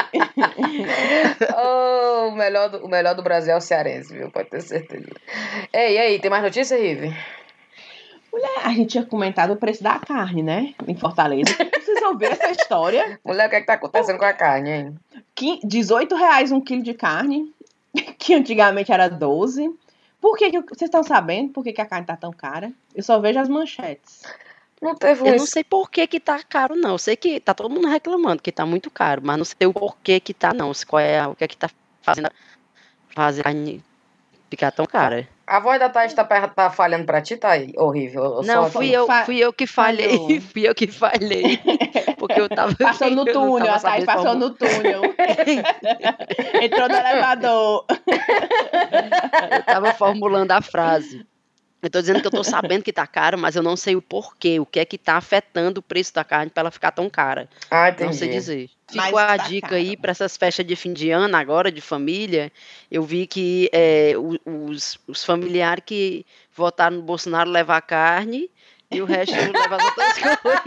Oh, o melhor do Brasil é o cearense, viu? Pode ter certeza. Ei, e aí, tem mais notícia, Rive? Mulher, a gente tinha comentado o preço da carne, né? Em Fortaleza. Vocês ouviram essa história? Mulher, o que é que tá acontecendo com a carne, hein? R$18 um quilo de carne, que antigamente era 12. Por que vocês estão sabendo por que a carne tá tão cara? Eu só vejo as manchetes. Não teve Eu não sei por que tá caro, não. Eu sei que tá todo mundo reclamando que tá muito caro, mas não sei o porquê que tá, não. O que é que tá fazendo a carne ficar tão cara. A voz da Thaís tá falhando pra ti, tá aí? Horrível. Não, fui eu que falhei. falhou. Fui eu que falhei. Porque eu tava. Passou no eu não túnel, tava a Thaís sabendo passou como- no túnel. Entrou no elevador. Eu tava formulando a frase. Eu tô dizendo que eu tô sabendo que tá caro, mas eu não sei o porquê. O que é que tá afetando o preço da carne pra ela ficar tão cara. Ah, entendi. Não sei dizer. Mas Ficou a tá dica caro. aí para essas festas de fim de ano agora, de família. Eu vi que os familiares que votaram no Bolsonaro levam a carne e o resto leva as outras coisas.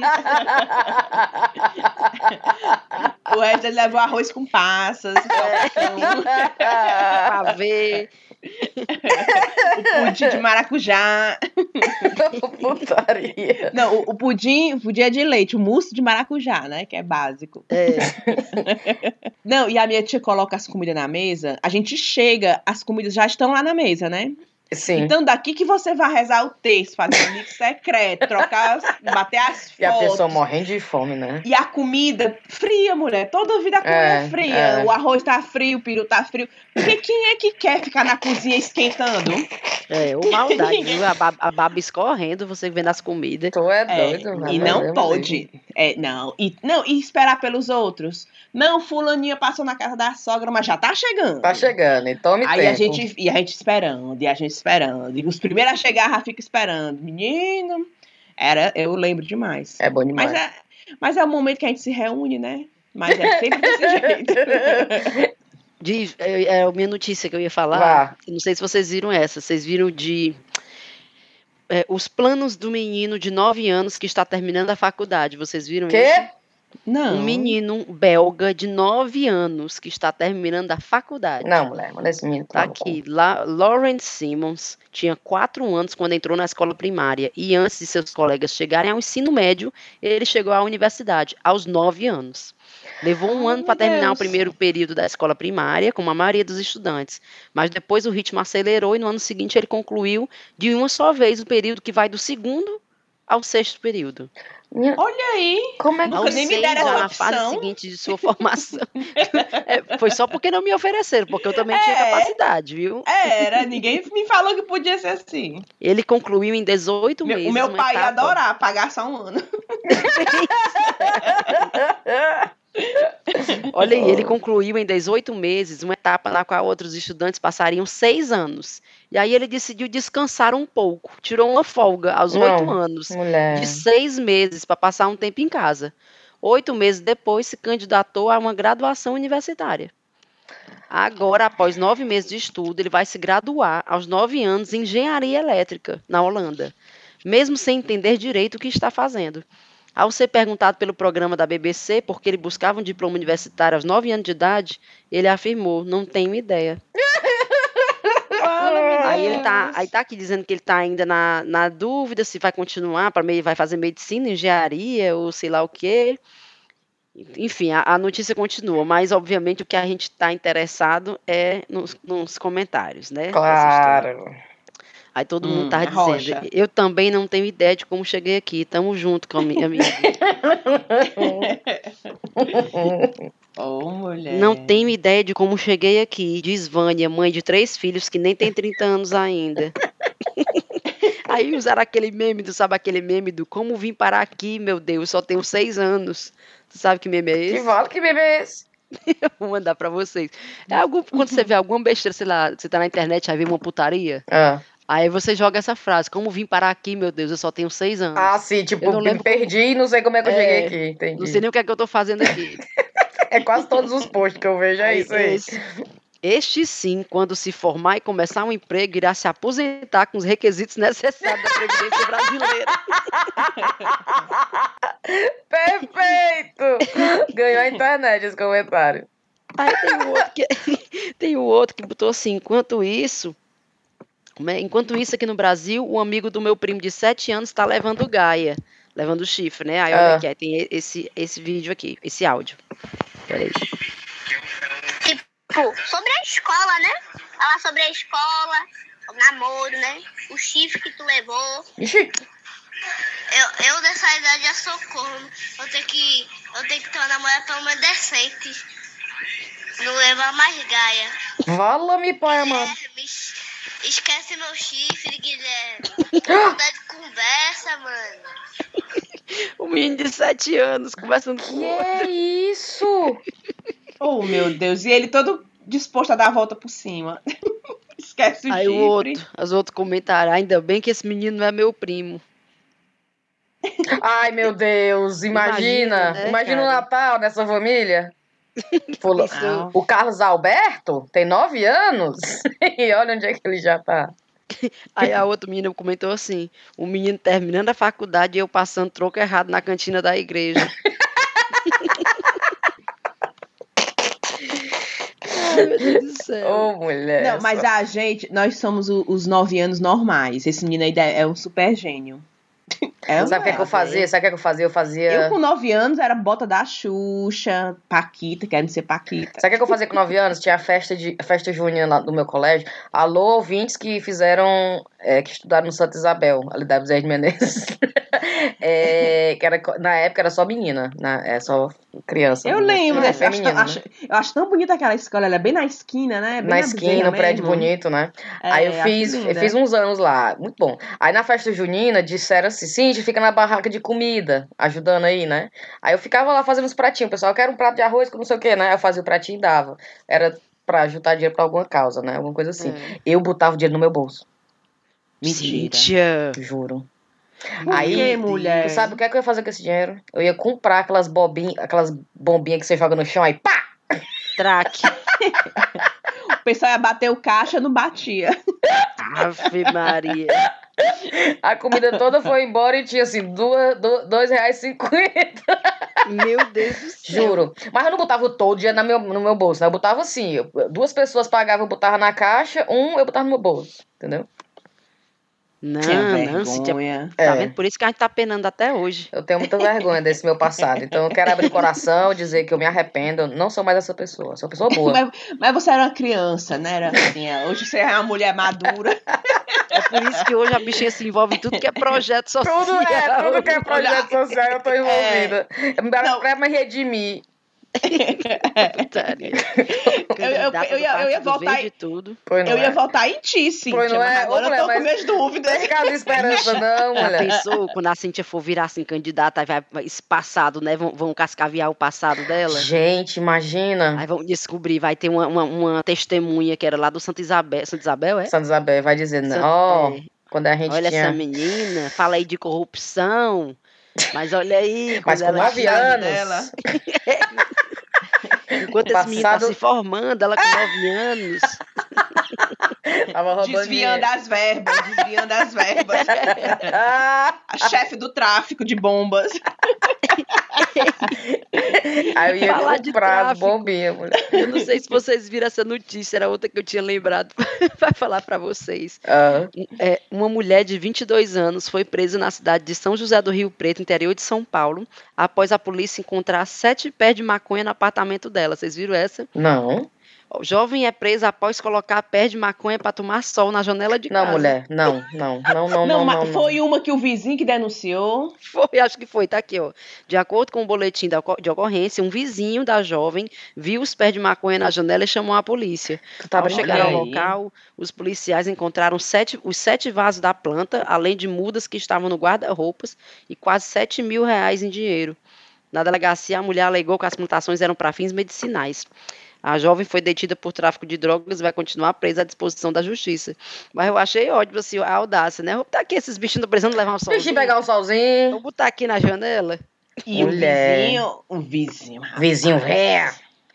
O resto ele levou arroz com passas, Pavê. o pudim de maracujá. Putaria. Não, o pudim é de leite, o mousse de maracujá, né? Que é básico. É, Não, e a minha tia coloca as comidas na mesa, a gente chega, as comidas já estão lá na mesa, né? Sim. Então, daqui que você vai rezar o texto, fazer um amigo secreto, bater as E a pessoa fotos. morrendo de fome, né? E a comida fria, mulher. Toda vida a comida é fria. É. O arroz tá frio, o peru tá frio. Porque quem é que quer ficar na cozinha esquentando? ô maldade, viu? A baba escorrendo, você vendo as comidas. Tu é doido, E não pode. E esperar pelos outros. Não, fulaninha passou na casa da sogra, mas já tá chegando. Tá chegando, e tome Aí tempo. a gente esperando, e a gente esperando. E os primeiros a chegar já fica esperando. Menino, eu lembro demais. É bom demais. Mas é o momento que a gente se reúne, né? Mas é sempre desse jeito. A minha notícia que eu ia falar, Vá. não sei se vocês viram essa, vocês viram os planos do menino de 9 anos que está terminando a faculdade, vocês viram isso? Quê? Não. Um menino belga de 9 anos que está terminando a faculdade. Não, mulher, manda esse menino Tá tomar no cu. aqui, Lawrence Simmons tinha 4 anos quando entrou na escola primária e antes de seus colegas chegarem ao ensino médio, ele chegou à universidade aos 9 anos. Levou um ano meu para terminar o Deus. primeiro período da escola primária, como a maioria dos estudantes, mas depois o ritmo acelerou e no ano seguinte ele concluiu de uma só vez o período que vai do segundo ao 6º período. Olha aí. Como é que Nunca Aos nem me 6, deram já essa na fase opção. seguinte de sua formação. Foi só porque não me ofereceram, porque eu também tinha capacidade, viu? Ninguém me falou que podia ser assim. Ele concluiu em 18 O meses. meu uma pai ia etapa- adorar pagar só um ano. Olha aí, ele concluiu em 18 meses uma etapa na qual outros estudantes passariam 6 anos. E aí ele decidiu descansar um pouco, tirou uma folga aos 8 Não, anos, mulher. de 6 meses para passar um tempo em casa. 8 meses depois se candidatou a uma graduação universitária. Agora, após 9 meses de estudo, ele vai se graduar aos 9 anos em engenharia elétrica na Holanda, mesmo sem entender direito o que está fazendo. Ao ser perguntado pelo programa da BBC por que ele buscava um diploma universitário aos 9 anos de idade, ele afirmou: não tenho ideia. Aí ele tá aqui dizendo que ele tá ainda na dúvida se vai continuar, vai fazer medicina, engenharia ou sei lá o quê. Enfim, a notícia continua, mas obviamente o que a gente está interessado é nos comentários, né? dessa história. Claro. Aí todo mundo tá rocha. dizendo, eu também não tenho ideia de como cheguei aqui, tamo junto com a minha vida. Ô, mulher. Não tenho ideia de como cheguei aqui, diz Vânia, mãe de 3 filhos que nem tem 30 anos ainda. Aí usaram aquele meme do como vim parar aqui, meu Deus, só tenho 6 anos. Tu sabe que meme é Que esse? vale que bebê é esse? Vou mandar pra vocês. Quando você vê alguma besteira, sei lá, você tá na internet, aí vê uma putaria, Ah. aí você joga essa frase, como vim parar aqui, meu Deus, eu só tenho 6 anos. Ah, sim, tipo, Eu não me lembro perdi e não sei como é que eu cheguei aqui, entendi. Não sei nem o que é que eu tô fazendo aqui. É quase todos os posts que eu vejo, é isso aí. Este sim, quando se formar e começar um emprego, irá se aposentar com os requisitos necessários da Previdência Brasileira. Perfeito! Ganhou a internet esse comentário. Aí tem o outro que botou assim, enquanto isso aqui no Brasil, um amigo do meu primo de 7 anos está levando Gaia, levando chifre, né? Aí olha aqui, aí tem esse vídeo aqui, esse áudio. Peraí. Tipo, sobre a escola, né? Falar sobre a escola, o namoro, né? O chifre que tu levou. Ixi. Eu dessa idade já sou corno. Eu tenho que ter uma namorada pelo menos decente. Não levar mais Gaia. Vala-me, pai amado. Esquece meu chifre, Guilherme. Não dá de conversa, mano. O menino de 7 anos conversando com Que o outro. é isso? Oh, meu Deus. E ele todo disposto a dar a volta por cima. Esquece o Aí chifre. os outros comentaram, ainda bem que esse menino não é meu primo. Ai, meu Deus, imagina. Imagina, né, Imagina o cara? Natal nessa família. Pensou. O Carlos Alberto tem 9 anos. E olha onde é que ele já tá. Aí a outra menina comentou assim, o menino terminando a faculdade e eu passando troco errado na cantina da igreja. Ai, meu Deus do céu. Ô, mulher. Não, mas a gente, nós somos os 9 anos normais. Esse menino aí é um super gênio. Sabe o que é que eu fazia? Sabe o que é que eu fazia? Eu fazia... Eu com 9 anos era bota da Xuxa, Paquita, querendo ser Paquita. Sabe o que eu fazia com 9 anos? Tinha a festa junina lá do meu colégio. Alô, ouvintes que fizeram... que estudaram no Santa Isabel, ali da Bezerra de Menezes. Que era, na época era só menina, só criança. Eu lembro, eu acho tão bonita aquela escola, ela é bem na esquina, né? Bem na esquina, um prédio bonito, né? Aí eu fiz uns anos lá, muito bom. Aí na festa junina disseram assim, sim, a gente fica na barraca de comida, ajudando aí, né? Aí eu ficava lá fazendo uns pratinhos, o pessoal, eu quero um prato de arroz com não sei o que, né? Eu fazia o pratinho e dava. Era pra juntar dinheiro pra alguma causa, né? Alguma coisa assim. Eu botava o dinheiro no meu bolso. Mentira. Juro. Por Aí, que, mulher? tu sabe o que é que eu ia fazer com esse dinheiro? Eu ia comprar aquelas bombinhas que você joga no chão, aí pá! Traque. O pessoal ia bater o caixa, não batia. Ave Maria. A comida toda foi embora e tinha assim, R$2,50. Meu Deus do céu. Juro. Mas eu não botava todo dia no meu bolso, né? Eu botava assim, 2 pessoas pagavam, eu botava na caixa, eu botava no meu bolso, entendeu? Não, vergonha. Tá vendo? Por isso que a gente tá penando até hoje. Eu tenho muita vergonha desse meu passado. Então eu quero abrir o coração, dizer que eu me arrependo. Eu não sou mais essa pessoa. Sou uma pessoa boa. Mas você era uma criança, né? Era assim, hoje você é uma mulher madura. É por isso que hoje a bichinha se envolve em tudo que é projeto social. Tudo que é projeto social, eu tô envolvida. Pra me redimir. Eu ia voltar de tudo. Eu ia votar em ti, Cíntia, Pois não mas é? agora eu tô com minhas dúvidas. Não tem caso de esperança, não, Já mulher. pensou quando a Cíntia for virar assim candidata, aí vai esse passado, né? Vão cascaviar o passado dela? Gente, imagina. Aí vão descobrir, vai ter uma testemunha que era lá do Santa Isabel. Santa Isabel, é? Santa Isabel vai dizer, ó, quando a gente olha tinha... essa menina, fala aí de corrupção, mas olha aí... Mas com 9 anos... Dela. Enquanto esse menino tá se formando, ela com 9 anos... Tava roubando Desviando as verbas. A chefe do tráfico de bombas. Aí eu ia Falar de comprar as tráfico. bombinhas, mulher. Eu não sei se vocês viram essa notícia, era outra que eu tinha lembrado para falar para vocês. Uma mulher de 22 anos foi presa na cidade de São José do Rio Preto, interior de São Paulo, após a polícia encontrar 7 pés de maconha no apartamento dela. Vocês viram essa? Não. O jovem é preso após colocar pés de maconha para tomar sol na janela de casa. Não, mulher, não. Não, foi uma que o vizinho que denunciou. Foi, acho que foi, tá aqui, ó. De acordo com o boletim de ocorrência, um vizinho da jovem viu os pés de maconha na janela e chamou a polícia. Ao chegar ao local, os policiais encontraram os 7 vasos da planta, além de mudas que estavam no guarda-roupas e quase R$7 mil em dinheiro. Na delegacia, a mulher alegou que as plantações eram para fins medicinais. A jovem foi detida por tráfico de drogas e vai continuar presa à disposição da justiça. Mas eu achei ótimo, assim, a audácia, né? Vou botar aqui, esses bichinhos estão precisando levar um solzinho. Bichinho pegar um solzinho. Vou botar aqui na janela. E mulher. um vizinho. Vizinho,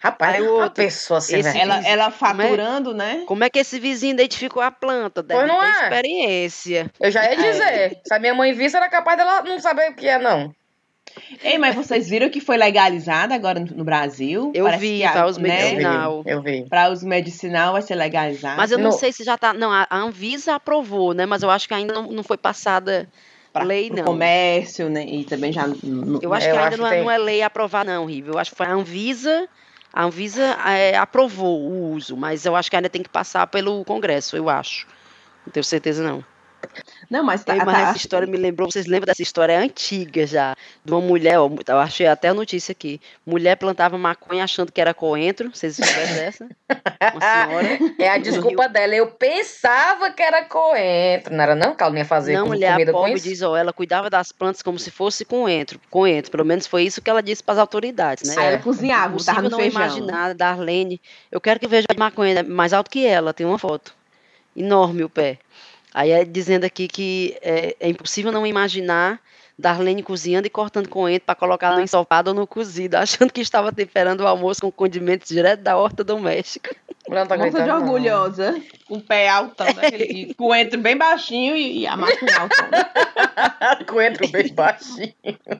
Rapaz, Aí o uma outro, pessoa sem esse vergonha. Ela faturando, né? Como é que esse vizinho identificou a planta? Deve Pois não ter é? experiência. Eu já ia dizer. Se a minha mãe visse, era capaz dela não saber o que é, não. Ei, mas vocês viram que foi legalizado agora no Brasil? Eu Parece vi, que para os né? medicinal. Eu vi. Para os medicinal vai ser legalizado. Mas eu não No- sei se já tá. Não, a Anvisa aprovou, né? Mas eu acho que ainda não foi passada lei, pro não. comércio, né? E também já. Eu acho Eu que ainda acho não que é, tem- não é lei aprovar, não, Rivel. Eu acho que foi a Anvisa. A Anvisa aprovou o uso, mas eu acho que ainda tem que passar pelo Congresso, eu acho. Não tenho certeza, não. Não, mas Ei, mas essa história me lembrou, vocês lembram dessa história antiga já, de uma mulher, ó, eu achei até a notícia aqui, mulher plantava maconha achando que era coentro, vocês souberam dessa? Uma senhora. É a no desculpa Rio. dela. Eu pensava que era coentro. Não era não? Que ela não ia fazer Não, mulher, a comida com pobre isso? diz, ó, ela cuidava das plantas como se fosse coentro, pelo menos foi isso que ela disse para as autoridades, né? Aí ela Certo. cozinhava, botava Impossível no não feijão. imaginar, Darlene, eu quero que veja a maconha, né, mais alto que ela, tem uma foto, enorme o pé. Aí é dizendo aqui que é impossível não imaginar Darlene cozinhando e cortando coentro para colocar no ensopado ou no cozido, achando que estava temperando o almoço com condimentos direto da horta doméstica. Não tá Moça de aguentando, não. orgulhosa, com o pé altão, daquele, com o coentro bem baixinho e a maconha altão. Coentro bem baixinho.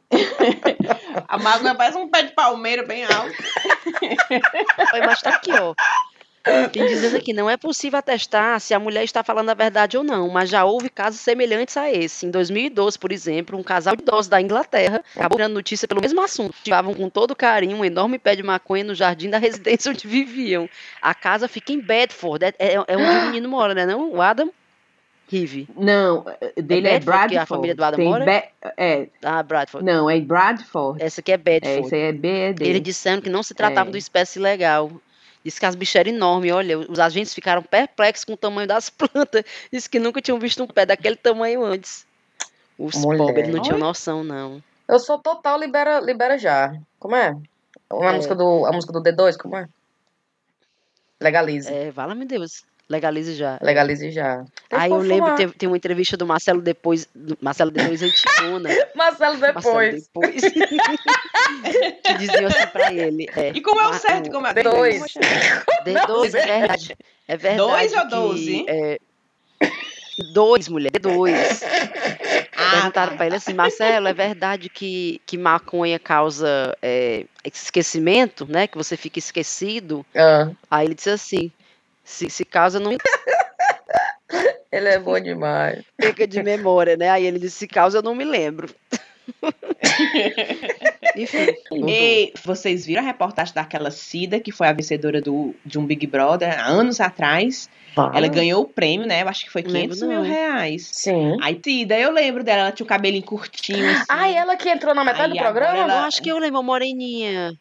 A maconha parece um pé de palmeira bem alto. Olha, mas tá aqui, ó. Tem dizendo aqui, não é possível atestar se a mulher está falando a verdade ou não, mas já houve casos semelhantes a esse. Em 2012, por exemplo, um casal de idosos da Inglaterra acabou dando notícia pelo mesmo assunto. Cultivavam com todo carinho um enorme pé de maconha no jardim da residência onde viviam. A casa fica em Bedford, é onde o menino mora, né? Não? O Adam? Rive. Não, dele é Bedford, Bradford. que a família do Adam Tem mora? Ah, Bradford. Não, é Bradford. Essa aqui é Bedford. Esse aí é BD. Eles disseram que não se tratava É. de espécie ilegal. Disse que as bichas eram enormes. Olha, os agentes ficaram perplexos com o tamanho das plantas. Disse que nunca tinham visto um pé daquele tamanho antes. Os Mulher. pobres não tinham Oi? noção, não. Eu sou total libera já. Como é? A música do D2, como é? Legalize. Vala-me Deus. Legalize já. Legalize já. Deixa Aí eu eu lembro, fumar. tem uma entrevista do Marcelo depois. Marcelo D2 antigona. Marcelo Marcelo depois. que diziam assim pra ele. E como é o certo? Como é? D2. D2, é verdade. É verdade. 2 ou que, 12? 2, mulher, D2. Perguntaram tá. pra ele assim, Marcelo, é verdade que maconha causa esquecimento, né? Que você fica esquecido? Ah, Aí ele disse assim, se causa, não me ele é bom demais. perca de memória, né? Aí ele disse, se causa, eu não me lembro. Enfim. E vocês viram a reportagem daquela Cida, que foi a vencedora de um Big Brother há anos atrás? Ela ganhou o prêmio, né? Eu acho que foi Não lembro, 500 mil não. reais. Sim. Aí, Cida, eu lembro dela, ela tinha o cabelinho curtinho, assim. Ah, ela que entrou na metade Aí do programa? agora Eu ela- acho que eu lembro, a moreninha.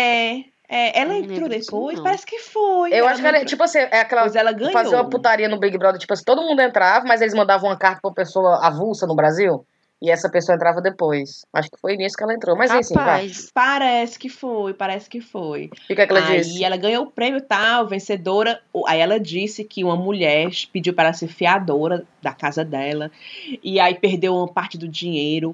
Ela Não entrou lembro disso, depois, não. parece que foi. Eu acho que ela, não entrou- tipo assim, é aquela. Pois ela ganhou. Fazer uma putaria no Big Brother, tipo assim, todo mundo entrava, mas eles mandavam uma carta pra uma pessoa avulsa no Brasil. E essa pessoa entrava depois. Acho que foi nisso que ela entrou. Mas enfim, vai. Rapaz, Parece que foi. E o que é que ela Aí disse? ela ganhou o prêmio tal, vencedora. Aí ela disse que uma mulher pediu para ela ser fiadora da casa dela. E aí perdeu uma parte do dinheiro.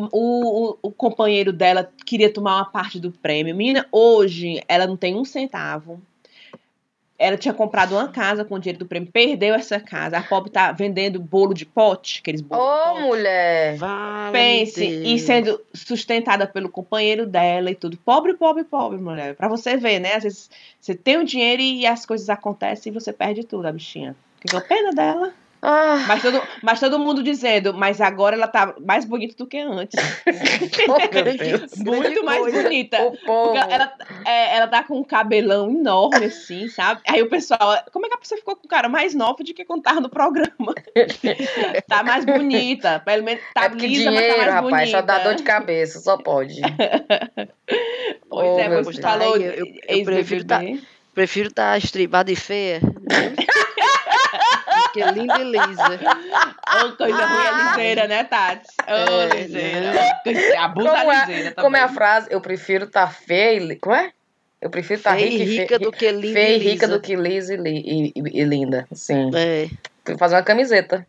O companheiro dela queria tomar uma parte do prêmio. Menina, hoje ela não tem um centavo. Ela tinha comprado uma casa com o dinheiro do prêmio, perdeu essa casa. A pobre tá vendendo bolo de pote, aqueles bolos de Ô, pote. mulher! Pense, e sendo sustentada pelo companheiro dela e tudo. Pobre, pobre, pobre, mulher. Pra você ver, né? Às vezes você tem o dinheiro e as coisas acontecem e você perde tudo, a bichinha. Ficou pena dela. Ah, Mas todo mundo dizendo, mas agora ela tá mais bonita do que antes. oh, meu Deus. Muito mais coisa. bonita. O povo. Porque ela tá com um cabelão enorme, assim, sabe? Aí o pessoal, como é que a pessoa ficou com o cara mais novo de que quando tava no programa? Tá mais bonita. Pelo menos tá É porque lisa, mas tá dinheiro, mais rapaz, bonita. só dá dor de cabeça, só pode. Pois Oh, é, meu pois Deus. falou Ai, eu prefiro ex-BBB. prefiro estar estribada e feia, né? Do que linda e lisa. Ô, coisa ruim a liseira, né, Tati? Ô, liseira. Abusa a liseira também. Como é a frase? Eu prefiro estar feia e... Como é? Eu prefiro estar Feia rica e rica do que linda feia e e rica lisa. do que lisa e linda. Sim. É. Tem que fazer uma camiseta.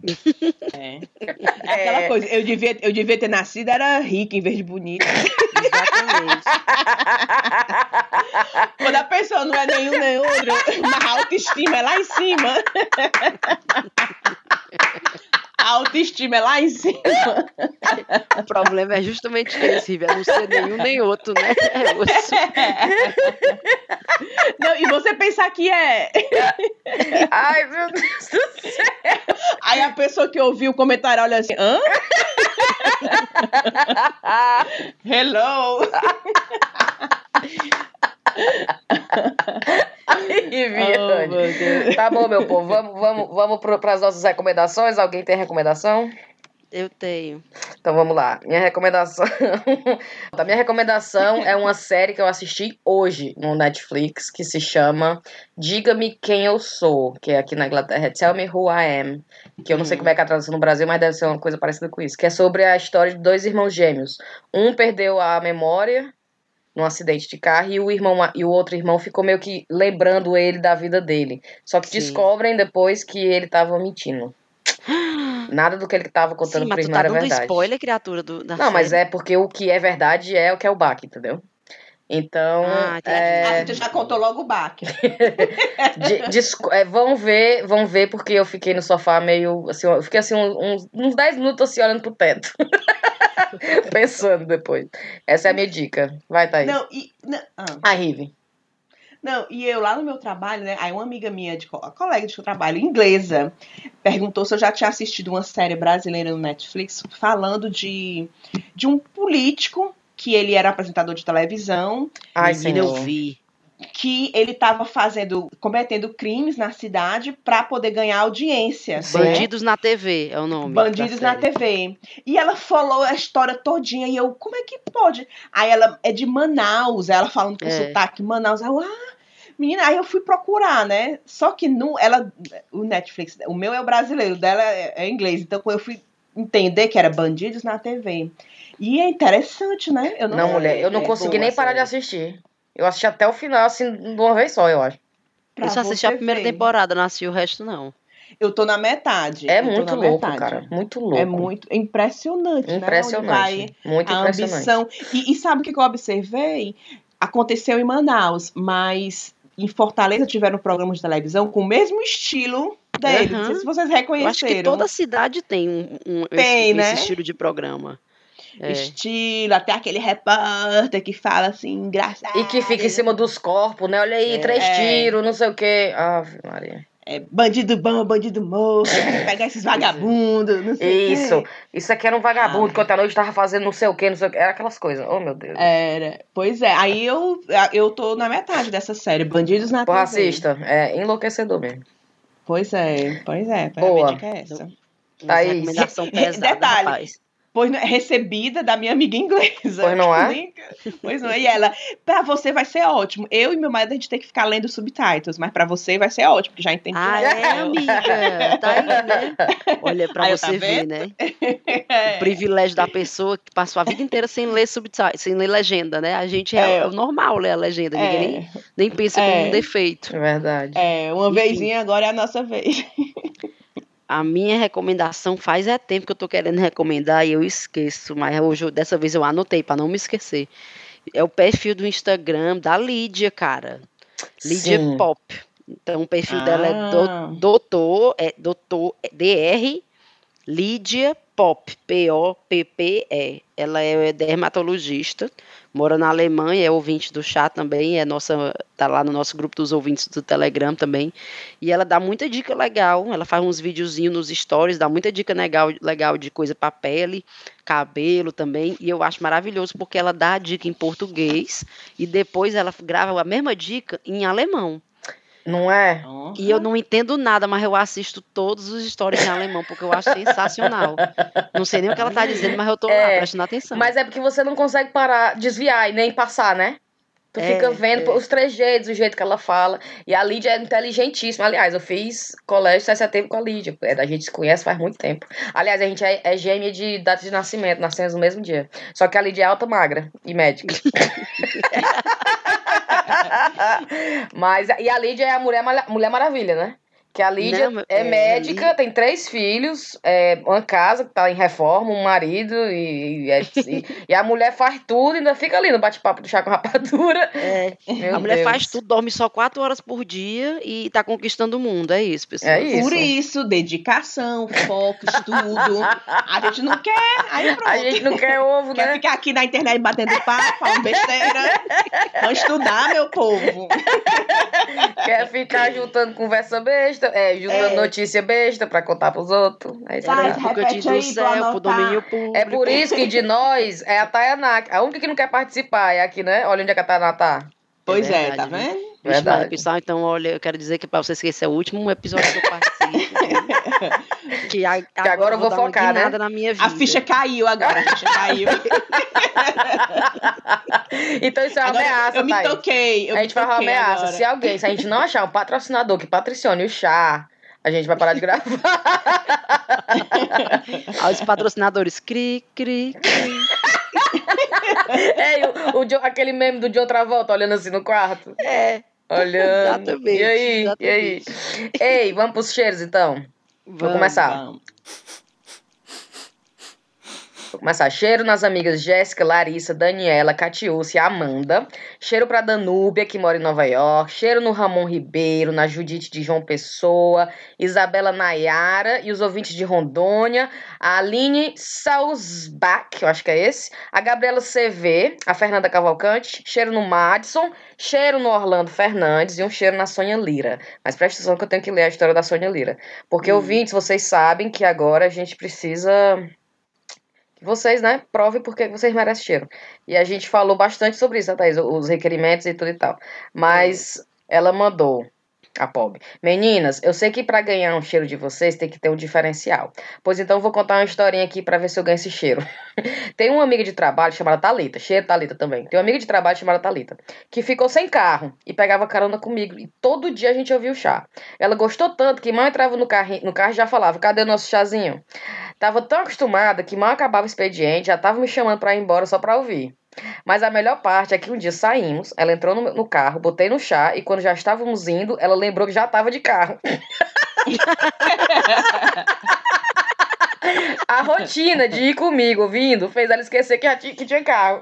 É aquela coisa, eu devia ter nascido, era rica em vez de bonita. Exatamente. só não é nenhum nem outro, mas a autoestima é lá em cima. A autoestima é lá em cima. O problema é justamente esse, Rivi, é não ser nenhum nem outro, né? É osso. Não, e você pensar que é. Ai, meu Deus do céu. Aí a pessoa que ouviu o comentário olha assim, hã? Hello! Ai, Viviane. Tá bom, meu povo. Vamos para as nossas recomendações. Alguém tem recomendação? Eu tenho. Então vamos lá. Minha recomendação. A minha recomendação é uma série que eu assisti hoje no Netflix que se chama Diga-me Quem Eu Sou, que é aqui na Inglaterra, é Tell Me Who I Am, que eu não sei como é que é a tradução no Brasil, mas deve ser uma coisa parecida com isso, que é sobre a história de dois irmãos gêmeos. Um perdeu a memória num acidente de carro e o outro irmão ficou meio que lembrando ele da vida dele. Só que Sim. Descobrem depois que ele tava mentindo. Nada do que ele tava contando pro Sim, mas tu irmão tá era dando verdade. spoiler, criatura da Não, mas série. é porque o que é verdade é o que é o baque, entendeu? Então, Ah, tu já contou logo o baque. vão ver, porque eu fiquei no sofá meio, assim, eu fiquei assim uns 10 minutos assim, olhando pro teto. Pensando depois. Essa é a minha dica. Vai, Thaís. Não, A Rive. Não, e eu lá no meu trabalho, né? Aí uma amiga minha, colega de trabalho, inglesa, perguntou se eu já tinha assistido uma série brasileira no Netflix falando de um político que ele era apresentador de televisão. Ai, Menina, eu senhor. vi. Que ele estava cometendo crimes na cidade para poder ganhar audiência. Sim. Bandidos na TV é o nome. Bandidos na TV. E ela falou a história todinha. E eu, como é que pode? Aí ela é de Manaus. Ela falando com sotaque Manaus. Aí eu, menina, aí eu fui procurar, né? Só que o Netflix, o meu é o brasileiro, o dela é inglês. Então eu fui entender que era Bandidos na TV. E é interessante, né? Não, mulher, eu não consegui nem parar de assistir. Eu assisti até o final, assim, de uma vez só, eu acho. Eu só assisti a primeira temporada, não assisti o resto, não. Eu tô na metade. É muito louco, cara. Muito louco. É muito impressionante, impressionante, né? muito a impressionante. Ambição. E sabe o que eu observei? Aconteceu em Manaus, mas em Fortaleza tiveram programas de televisão com o mesmo estilo dele. Não sei se vocês reconheceram. Eu acho que toda cidade tem esse estilo de programa. Estilo, até aquele repórter que fala assim, engraçado. E que fica em cima dos corpos, né? Olha aí, 3 tiros, não sei o quê. Ave Maria. Bandido bom, bandido morto, pegar esses vagabundos, não sei o quê. Isso aqui era um vagabundo, que outra noite tava fazendo não sei o quê, era aquelas coisas. Oh, meu Deus. Era. Pois é, aí eu tô na metade dessa série, Bandidos na TV. Assista, é enlouquecedor mesmo. Pois é. Boa. A dica é essa. Thaís. Recomendação pesada, detalhe, rapaz. Pois não, recebida da minha amiga inglesa. Pois não é? Pois não é. E ela, pra você vai ser ótimo. Eu e meu marido, a gente tem que ficar lendo subtitles, mas pra você vai ser ótimo, porque já entendi. Amiga? Tá aí, né? Olha, pra você ver, né? O privilégio da pessoa que passou a vida inteira sem ler subtitles, sem ler legenda, né? A gente é o normal ler a legenda, ninguém nem pensa como um defeito. É verdade. Uma vezinha agora é a nossa vez. A minha recomendação faz tempo que eu tô querendo recomendar e eu esqueço, mas hoje, dessa vez eu anotei para não me esquecer. É o perfil do Instagram da Lídia, cara. Lídia Pop. Então o perfil dela é doutor DR Lídia Pop, P-O-P-P-E. Ela é dermatologista, mora na Alemanha, é ouvinte do chá também, tá lá no nosso grupo dos ouvintes do Telegram também. E ela dá muita dica legal, ela faz uns videozinhos nos stories, dá muita dica legal de coisa para pele, cabelo também. E eu acho maravilhoso porque ela dá a dica em português e depois ela grava a mesma dica em alemão. Não é? E eu não entendo nada, mas eu assisto todos os stories em alemão, porque eu acho sensacional. Não sei nem o que ela tá dizendo, mas eu tô lá prestando atenção. Mas é porque você não consegue desviar e nem passar, né? Tu fica vendo os trejeitos, o jeito que ela fala. E a Lídia é inteligentíssima. Aliás, eu fiz colégio 7 de setembro com a Lídia. A gente se conhece faz muito tempo. Aliás, a gente é gêmea de data de nascimento, nascemos no mesmo dia. Só que a Lídia é alta, magra e médica. E a Lídia é a Mulher Maravilha, né? Que a Lídia Não, é é, médica, tem 3 filhos, uma casa que tá em reforma, um marido, e a mulher faz tudo e ainda fica ali no bate-papo do chá com rapadura. Meu A mulher Deus. faz tudo, dorme só 4 horas por dia e tá conquistando o mundo. É isso, pessoal. É isso. Por isso, dedicação, foco, estudo. A gente não quer, aí pronto. A gente não quer ovo, Quer né? ficar aqui na internet batendo papo, falando besteira. Vamos estudar, meu povo. Quer ficar juntando conversa besta, juntando notícia besta pra contar pros outros. É isso Vai, aí. Pro repete cantinho do aí, céu, pra pro anotar. domínio público. É por isso que de nós é a Tayaná. A única que não quer participar é aqui, né? Olha onde é que a Tayaná tá. Pois é, verdade, tá viu? vendo? Vixe, Verdade. Maria, pessoal, então, olha, eu quero dizer que pra vocês que esse é o último episódio que eu participo. que agora eu vou dar uma focar, né? guinada na minha vida. A ficha caiu agora, a ficha caiu. Então isso é uma Agora ameaça, eu me Thaís. toquei. A gente faz uma ameaça. Se a gente não achar um patrocinador que patrocione o chá, a gente vai parar de gravar. Aos patrocinadores, cri, cri, cri. Aquele meme do John Travolta olhando assim no quarto. Olhando. Exatamente, E aí? exatamente. E aí? Ei, vamos pros cheiros então? Vou começar. Vamos. Vou começar. Cheiro nas amigas Jéssica, Larissa, Daniela, Catiúcia e Amanda. Cheiro pra Danúbia, que mora em Nova York. Cheiro no Ramon Ribeiro, na Judite de João Pessoa, Isabela Nayara e os ouvintes de Rondônia. A Aline Salzbach, eu acho que é esse. A Gabriela CV, a Fernanda Cavalcante. Cheiro no Madison. Cheiro no Orlando Fernandes e um cheiro na Sônia Lira. Mas presta atenção que eu tenho que ler a história da Sônia Lira. Porque, ouvintes, vocês sabem que agora a gente precisa... Vocês, né, provem porque vocês merecem cheiro. E a gente falou bastante sobre isso, Thaís, os requerimentos e tudo e tal. Mas ela mandou, a pobre. Meninas, eu sei que pra ganhar um cheiro de vocês tem que ter um diferencial. Pois então eu vou contar uma historinha aqui pra ver se eu ganho esse cheiro. Tem uma amiga de trabalho chamada Thalita, cheiro Thalita também. Tem uma amiga de trabalho chamada Thalita, que ficou sem carro e pegava carona comigo. E todo dia a gente ouvia o chá. Ela gostou tanto que mal entrava no carro e já falava, cadê o nosso chazinho? Tava tão acostumada que mal acabava o expediente, já tava me chamando pra ir embora só pra ouvir. Mas a melhor parte é que um dia saímos, ela entrou no carro, botei no chá e quando já estávamos indo, ela lembrou que já tava de carro. A rotina de ir comigo ouvindo fez ela esquecer que tinha carro.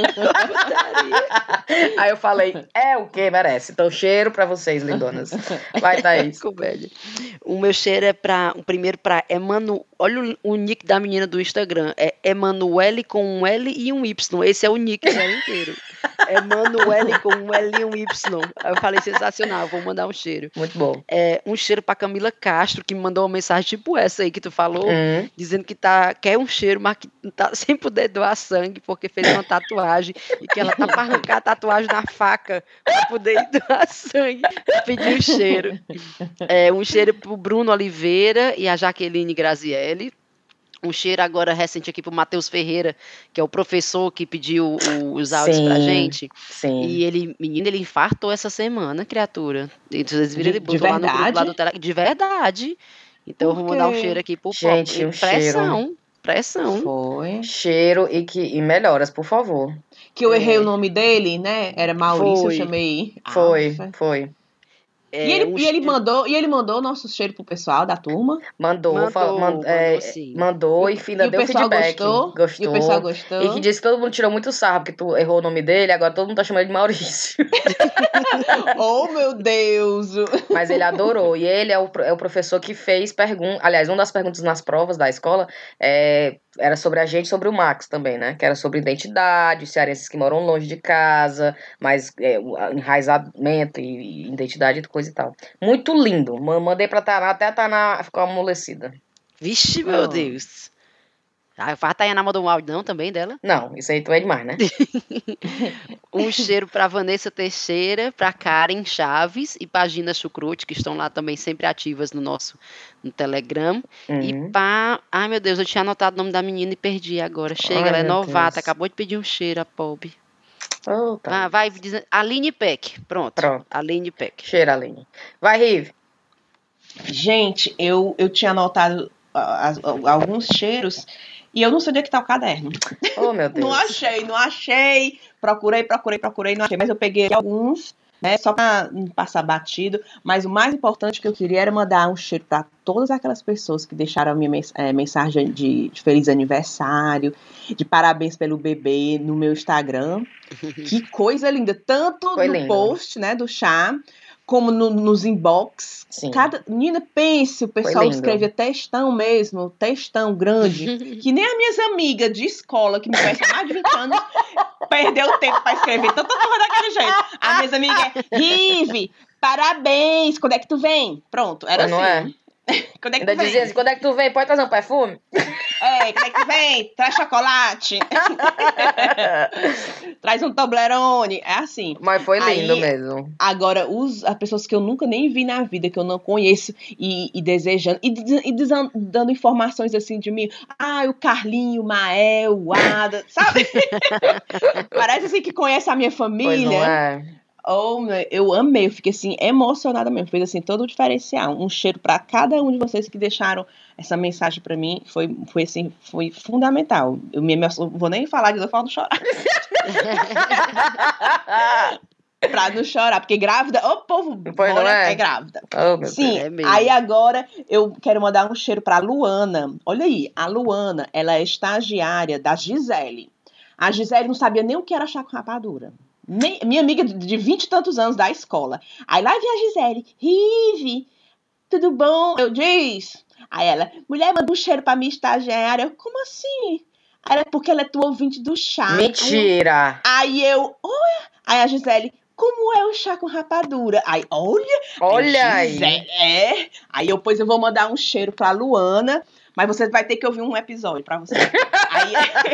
Aí eu falei, é o que merece. Então cheiro pra vocês, lindonas. Vai, Thaís. Comédia. O meu cheiro é o primeiro pra Emanuele. Olha o nick da menina do Instagram. É Emanuele com um L e um Y. Esse é o nick dela inteiro. Emanuele com um L e um Y. Aí eu falei, sensacional, vou mandar um cheiro. Muito bom. Um cheiro pra Camila Castro, que me mandou uma mensagem tipo essa aí que tu falou, dizendo que quer um cheiro, mas que tá sem poder doar sangue, porque fez uma tatuagem e que ela tá pra arrancar a tatuagem na faca pra poder ir doar sangue. Pediu um cheiro. Um cheiro pro Bruno Oliveira e a Jaqueline Grazielli. Um cheiro agora recente aqui pro Matheus Ferreira, que é o professor que pediu os áudios pra gente. Sim. E ele infartou essa semana, criatura. E vocês viram, ele De botou lá no grupo lá verdade? do Telegram. De verdade. Então eu vou mandar um cheiro aqui pro Gente, pobre. um cheiro. Pressão. Foi. Cheiro e melhoras, por favor. Que eu errei o nome dele, né? Era Maurício, Foi. eu chamei. Foi. E ele mandou nosso cheiro pro pessoal da turma. Mandou sim. Mandou e ainda o deu pessoal feedback. gostou. E o pessoal gostou. E que disse que todo mundo tirou muito sarro, porque tu errou o nome dele, agora todo mundo tá chamando ele de Maurício. Oh, meu Deus! Mas ele adorou. E ele é o professor que fez perguntas. Aliás, uma das perguntas nas provas da escola era sobre a gente, sobre o Max também, né? Que era sobre identidade, os cearenses que moram longe de casa, mas enraizamento e identidade e coisa e tal. Muito lindo. Mandei pra Taná, até a Taná ficou amolecida. Vixe, meu Deus. A Tayana mandou um áudio não também dela? Não, isso aí tu é demais, né? Um cheiro para Vanessa Teixeira, para Karen Chaves e para Gina Chucrute, que estão lá também sempre ativas no Telegram. E para... Ai, meu Deus, eu tinha anotado o nome da menina e perdi agora. Chega, ela é novata, acabou de pedir um cheiro, a pobre. Vai dizendo... Aline Peck. Pronto. Aline Peck. Cheiro, Aline. Vai, Rive. Gente, eu tinha anotado alguns cheiros e eu não sei onde é que tá o caderno. Oh, meu Deus. Não achei. Procurei, não achei. Mas eu peguei alguns, né? Só pra não passar batido. Mas o mais importante que eu queria era mandar um cheiro para todas aquelas pessoas que deixaram a minha mensagem de feliz aniversário, de parabéns pelo bebê no meu Instagram. Que coisa linda. Tanto Foi no lindo. post, né, do chá, como nos inbox. Sim. Menina, pense, o pessoal lindo. escrevia textão mesmo, textão grande, que nem as minhas amigas de escola, que me conhecem há mais de 20 anos, perdeu tempo para escrever tanta coisa daquele jeito. As minhas amigas, Rive, parabéns, quando é que tu vem? Pronto, era Não assim. Quando é que Ainda tu vem? dizia assim, quando é que tu vem? Pode trazer um perfume? Quando é que tu vem? Traz chocolate. Traz um Toblerone. É assim. Mas foi lindo Aí, mesmo. Agora, as pessoas que eu nunca nem vi na vida, que eu não conheço, e desejando, dando informações assim de mim. O Carlinho, o Mael, o Ada, sabe? Parece assim que conhece a minha família. Pois não é? Eu amei, eu fiquei assim, emocionada mesmo. Fez assim, todo o diferencial. Um cheiro para cada um de vocês que deixaram essa mensagem para mim. Foi fundamental. Eu vou nem falar disso, eu falo chorar. Pra não chorar, porque grávida, povo, Pois não é? É grávida. Oh, meu Sim, Deus. É mesmo. aí agora eu quero mandar um cheiro pra Luana. Olha aí, a Luana, ela é estagiária da Gisele. A Gisele não sabia nem o que era chá com rapadura. Minha amiga de 20 e tantos anos da escola. Aí lá vem a Gisele. Rive, tudo bom? Eu disse. Aí ela, mulher, manda um cheiro pra minha estagiária. Eu, como assim? Aí ela, porque ela é tua ouvinte do chá. Mentira! Aí a Gisele, como é o chá com rapadura? Aí, Olha aí. Gisele, Aí depois eu vou mandar um cheiro pra Luana, mas você vai ter que ouvir um episódio pra você. Aí,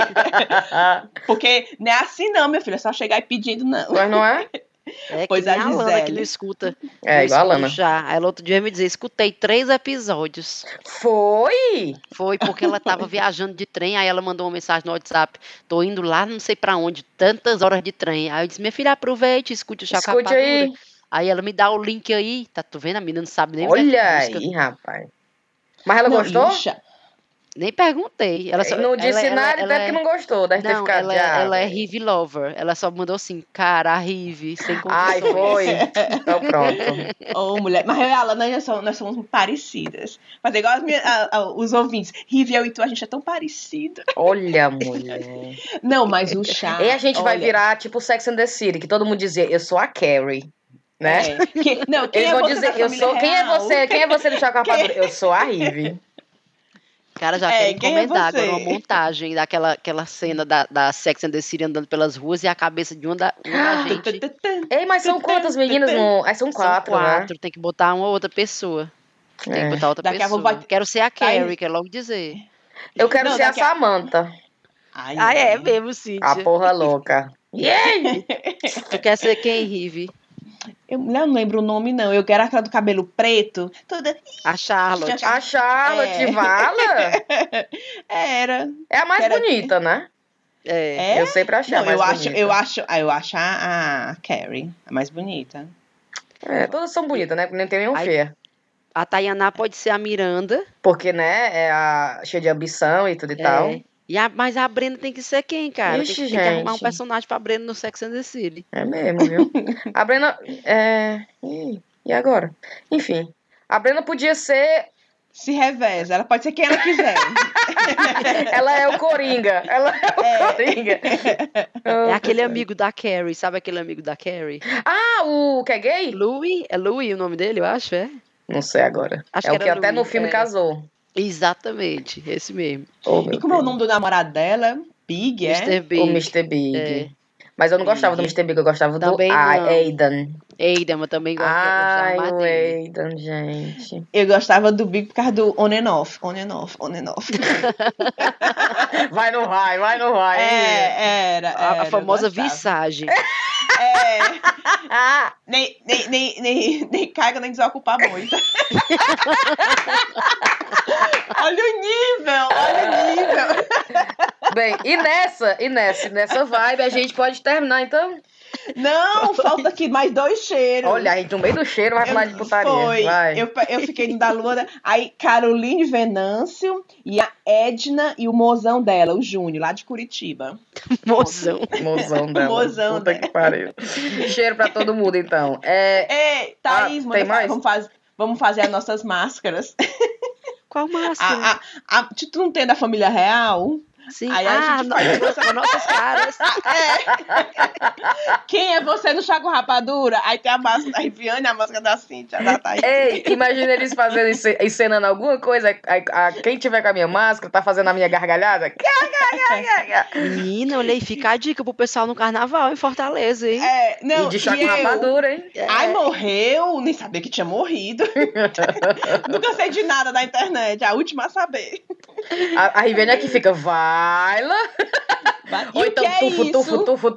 porque não é assim não, minha filha, é só chegar e pedindo não. Pois não é? É Pois que a nem a Lana Gisele. que não escuta. É, não igual a escuta Lana. o chá. Aí ela outro dia me dizia, escutei 3 episódios. Foi? Foi porque ela tava viajando de trem, aí ela mandou uma mensagem no WhatsApp, tô indo lá não sei pra onde, tantas horas de trem. Aí eu disse, minha filha, aproveite, escute o chá com Escute rapadura. aí. Aí ela me dá o link aí, tá, tu vendo? A menina não sabe nem onde é Olha que busca. aí, rapaz. Mas ela Não, gostou? e o chá- Nem perguntei. Ela só, Não disse nada, até porque não gostou. Deve ter Não, ficado ela é Rive Lover. Ela só mandou assim, cara, a Rive, sem condições. Ai, foi. Então pronto. Mulher, mas eu e a Alana, nós somos parecidas. Mas igual os ouvintes, Rive, eu e tu, a gente é tão parecida. Olha, mulher. Não, mas o chá... E a gente vai olha, virar tipo Sex and the City, que todo mundo dizia, eu sou a Carrie. Né? Quem Eles é vão você dizer, da eu família sou. Quem é real? você? Quem é você do chá com rapadura? Eu sou a Rive. Cara, já É, quero quem é encomendar você? agora uma montagem daquela cena da Sex and the City andando pelas ruas e a cabeça de uma da gente. Ei, mas são quantas meninas no. Aí são 4, São né? 4, tem que botar uma outra pessoa. Tem que É. botar outra Daqui a pessoa. pouco vai- Quero ser a Tá aí. Carrie, quero logo dizer. Eu quero Não, ser a daqui a- Samantha. Ai, Ah, é ai. mesmo, A Cíntia. porra louca. Tu quer ser quem, Rive? Eu não lembro o nome, não. Eu quero aquela do cabelo preto. Toda... A Charlotte. A Charlotte Vala Era. é a mais Era- bonita, né? É. Eu sempre achei Não, a mais bonita. eu acho a Carrie a mais bonita. É, todas são bonitas, né? Nem tem nenhum Aí- feia. A Tayaná pode ser a Miranda. Porque, né, é a cheia de ambição e tudo e tal. Mas a Brenda tem que ser quem, cara? Ixi, Tem que arrumar um gente. personagem pra Brenda no Sex and the City. É mesmo, viu? A Brena. E agora? Enfim. A Brena podia ser. Se reveza, ela pode ser quem ela quiser. Ela é o Coringa. Ela é o Coringa. É aquele amigo da Carrie, sabe aquele amigo da Carrie? Ah, o que é gay? Louis? É Louis o nome dele, eu acho, é? Não sei agora. Acho é que o que era até no Louis, filme é. casou. Exatamente, esse mesmo. Oh, meu E como é o Deus. nome do namorado dela? Big, é? Mr. Big. O Mr. Big. É. Mas eu não gostava do Big. Mr. Big, eu gostava Também do não. Aidan. Aiden, eu também gosto Ai, mais o dele. Aidan, gente. Eu gostava do Big por causa do on and off, on and off, on and off. Vai, não vai, vai, não vai. Era, A eu famosa gostava. visagem. Ah, Nem caiga, nem desocupa muito. Olha o nível. bem, e nessa vibe a gente pode terminar, então? Não, falta aqui mais 2 cheiros. Olha, a gente no meio do cheiro vai falar de putaria. Foi. Vai. Eu fiquei no da Luana. Aí, Caroline Venâncio e a Edna e o mozão dela, o Júnior, lá de Curitiba. Mozão. Mozão dela. Mozão Puta dela. que pariu. Cheiro pra todo mundo, então. Ei, Thaís, tem mais? Vamos fazer as nossas máscaras. Qual máscara? Tu não tem da família real? Sim. Aí a gente faz com nossas caras. Quem é você no Chaco Rapadura? Aí tem a máscara da Riviane, a máscara da Cíntia, da Thaís. Ei, imagina eles fazendo, encenando alguma coisa. Quem tiver com a minha máscara tá fazendo a minha gargalhada. Menina, olha aí, fica a dica pro pessoal no carnaval em Fortaleza, hein? E de Chaco Rapadura, hein? Ai, morreu? Nem sabia que tinha morrido. Nunca sei de nada da internet, a última a saber. A Riviane aqui fica, vai lá. Ou então, tufo.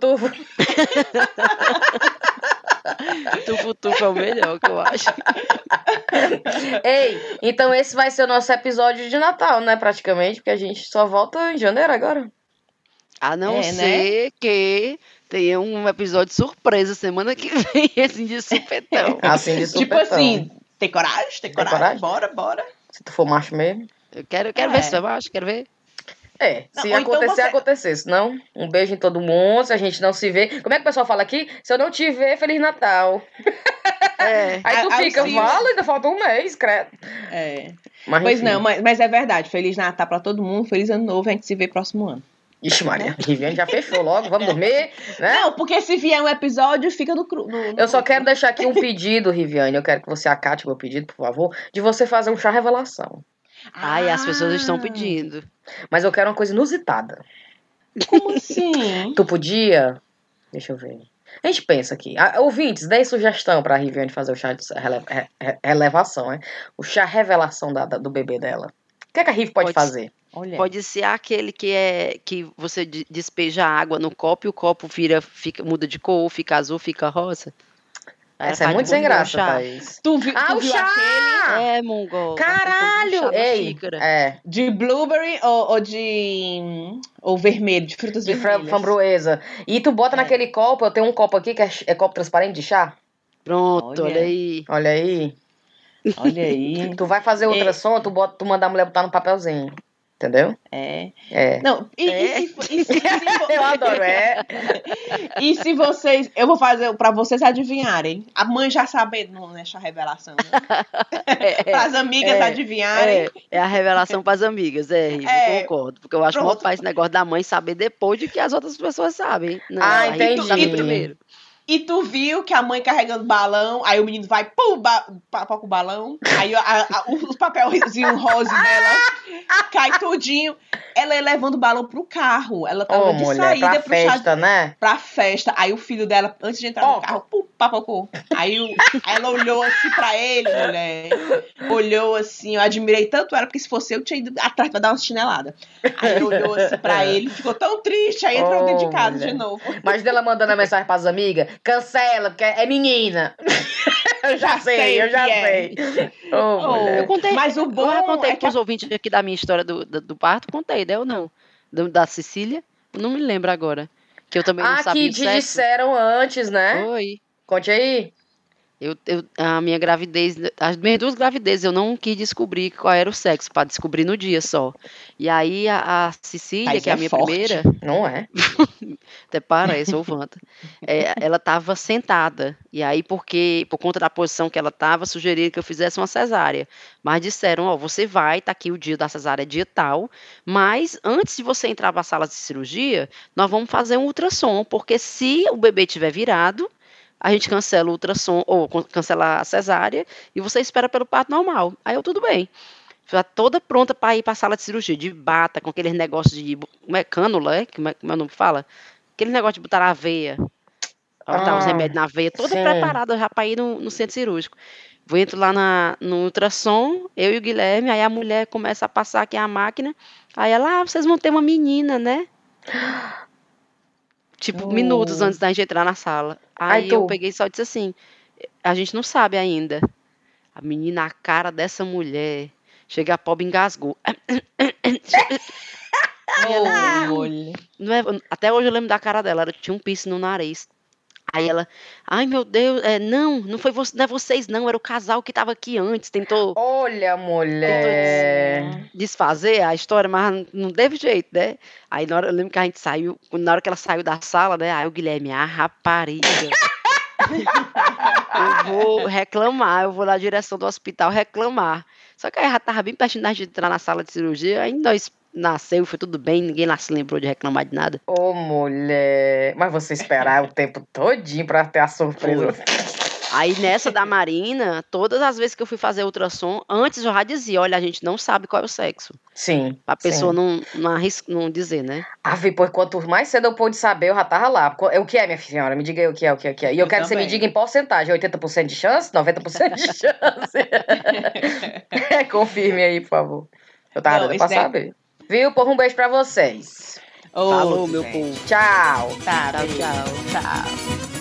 Tufo é o melhor que eu acho. Ei, então esse vai ser o nosso episódio de Natal, né? Praticamente, porque a gente só volta em janeiro agora. A não ser que tenha um episódio surpresa semana que vem, assim, de supetão. Assim, de supetão. Tipo assim, tem coragem? Tem coragem? Bora. Se tu for macho mesmo. Eu quero ver se tu é macho, quero ver. Se acontecer, acontecer. Se não, um beijo em todo mundo. Se a gente não se vê. Como é que o pessoal fala aqui? Se eu não te ver, Feliz Natal. Aí tu fica, fala, ainda falta um mês, credo. Mas, pois enfim. não, mas é verdade. Feliz Natal pra todo mundo, feliz ano novo, a gente se vê próximo ano. Ixi, Maria, Riviane já fechou logo, vamos dormir, né? Não, porque se vier um episódio, fica no Eu só quero deixar aqui um pedido, Riviane. Eu quero que você acate o meu pedido, por favor, de você fazer um chá revelação. Ai, as pessoas estão pedindo. Mas eu quero uma coisa inusitada. Como assim? Tu podia... Deixa eu ver. A gente pensa aqui. Ouvintes, deem sugestão pra Riviane fazer o chá de relevação, né? O chá revelação do bebê dela. O que é que a Riv pode fazer? Olha. Pode ser aquele que você despeja água no copo e o copo muda de cor, fica azul, fica rosa. Essa é muito sem graça, Thaís. Tu viu o chá! É, mongol. Caralho! Ei, de blueberry ou vermelho, de frutas vermelhas. De framboesa. E tu bota naquele copo, eu tenho um copo aqui que é copo transparente de chá. Pronto, olha aí. Olha aí. Olha aí. Tu vai fazer ultrassom, tu manda a mulher botar no papelzinho. Entendeu? Não, Eu adoro, E se vocês... Eu vou fazer pra vocês adivinharem. A mãe já sabendo nessa revelação, né? Para as amigas adivinharem. É a revelação para as amigas, eu concordo. Porque eu acho que pai esse negócio da mãe saber depois de que as outras pessoas sabem. Não, entendi. Sabe primeiro. E tu viu que a mãe carregando balão, aí o menino vai, papoca o balão, aí os papelzinhos rosa dela cai tudinho. Ela ia levando o balão pro carro. Ela tava de mulher, saída pra festa, né? Pra festa. Aí o filho dela, antes de entrar no carro, papocou. Aí ela olhou assim pra ele, mulher. Olhou assim, eu admirei tanto ela, porque se fosse eu tinha ido atrás pra dar uma chinelada. Aí olhou assim pra ele, ficou tão triste, aí entrou dentro de casa de novo. Mas dela mandando a mensagem pras amigas, cancela, porque é menina. Eu já sei. Eu contei, mas o bom eu já contei pros ouvintes aqui da minha história do parto, contei, né? Ou não? Da Cecília, não me lembro agora. Que eu também não sabia que te disseram antes, né? Foi. Conte aí. A minha gravidez, as minhas 2 gravidezes, eu não quis descobrir qual era o sexo, para descobrir no dia só. E aí a Cecília, que é a minha primeira... Não é? Até parece, ou vanta. Ela estava sentada. E aí, por conta da posição que ela estava, sugeriram que eu fizesse uma cesárea. Mas disseram, você vai, tá aqui o dia da cesárea, dia tal, mas antes de você entrar para a sala de cirurgia, nós vamos fazer um ultrassom, porque se o bebê tiver virado, a gente cancela o ultrassom, ou cancela a cesárea, e você espera pelo parto normal. Aí eu, tudo bem. Já toda pronta para ir para a sala de cirurgia, de bata, com aqueles negócios de... Como é? Cânula, Como é o nome que fala? Aquele negócio de botar na veia. Botar os remédios na veia. Toda preparada já para ir no centro cirúrgico. Vou entro lá no ultrassom, eu e o Guilherme, aí a mulher começa a passar aqui a máquina, aí ela, vocês vão ter uma menina, né? Tipo, minutos antes da gente entrar na sala. Aí eu peguei e só disse assim, a gente não sabe ainda. A menina, a cara dessa mulher, chega a pobre engasgou. Não é, até hoje eu lembro da cara dela, ela tinha um piercing no nariz. Aí ela, ai meu Deus, não foi não é vocês não, era o casal que tava aqui antes, tentou Olha, mulher. desfazer a história, mas não teve jeito, né? Aí na hora, eu lembro que a gente saiu, na hora que ela saiu da sala, né? Aí o Guilherme, rapariga. Eu vou reclamar, eu vou na direção do hospital reclamar. Só que aí já tava bem pertinho da gente entrar na sala de cirurgia, aí nós nasceu, foi tudo bem, ninguém lá se lembrou de reclamar de nada. Ô, mulher. Mas você esperar o tempo todinho pra ter a surpresa. Aí nessa da Marina, todas as vezes que eu fui fazer ultrassom, antes eu já dizia, olha, a gente não sabe qual é o sexo. Sim. Pra pessoa sim. não dizer, né? Pois quanto mais cedo eu pude saber, eu já tava lá. O que é, minha senhora? Me diga aí o que é. E eu quero que você me diga em porcentagem. 80% de chance? 90% de chance? Confirme aí, por favor. Eu tava doida pra saber. Viu? Porra, um beijo pra vocês. Falou, meu povo. Tchau. Tá, Tchau, beijo. tchau. Tchau.